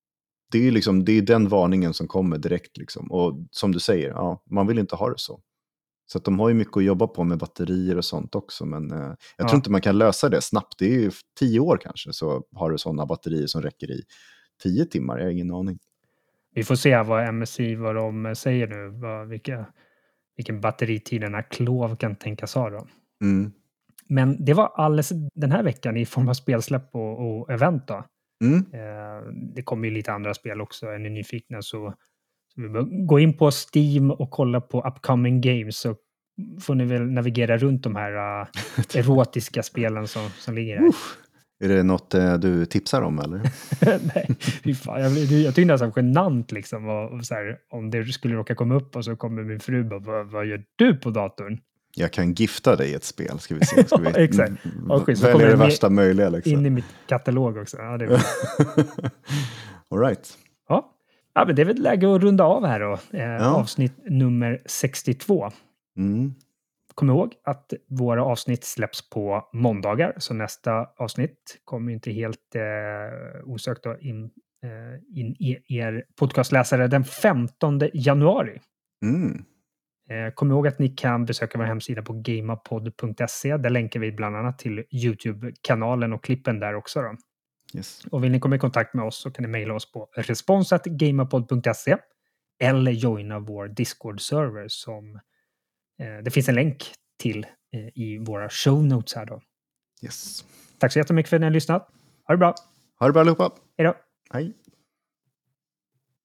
Det är ju liksom, det är den varningen som kommer direkt liksom. Och som du säger, ja, man vill inte ha det så. Så att de har ju mycket att jobba på med batterier och sånt också. Men jag tror inte man kan lösa det snabbt. Det är ju 10 år kanske så har du sådana batterier som räcker i 10 timmar. Jag har ingen aning. Vi får se vad MSI, vad de säger nu. Vilken batteritid den här Clove kan tänkas ha då. Mm. Men det var alldeles den här veckan i form av spelsläpp och event då. Mm. Det kommer ju lite andra spel också. Är ni nyfikna så vi gå in på Steam och kolla på upcoming games, så får ni väl navigera runt de här erotiska spelen som ligger här. Är det något du tipsar om eller? Nej, fy fan. Jag tycker nästan genant liksom. Och så här, om det skulle råka komma upp och så kommer min fru bara, vad gör du på datorn? Jag kan gifta dig i ett spel, ska vi se. Ska vi exakt. välja det värsta möjliga liksom. In i mitt katalog också. Ja, det är all right. Ja, men det är väl läge att runda av här då. Avsnitt nummer 62. Mm. Kom ihåg att våra avsnitt släpps på måndagar, så nästa avsnitt kommer inte helt osökt in i er podcastläsare den 15 januari. Mm. Kom ihåg att ni kan besöka vår hemsida på gamapod.se. Där länkar vi bland annat till YouTube-kanalen och klippen där också då. Yes. Och vill ni komma i kontakt med oss så kan ni mejla oss på respons@gamapod.se eller joina vår Discord-server som det finns en länk till i våra show notes här då. Yes. Tack så jättemycket för att ni har lyssnat. Ha det bra! Ha det bra allihopa! Hej då! Hej!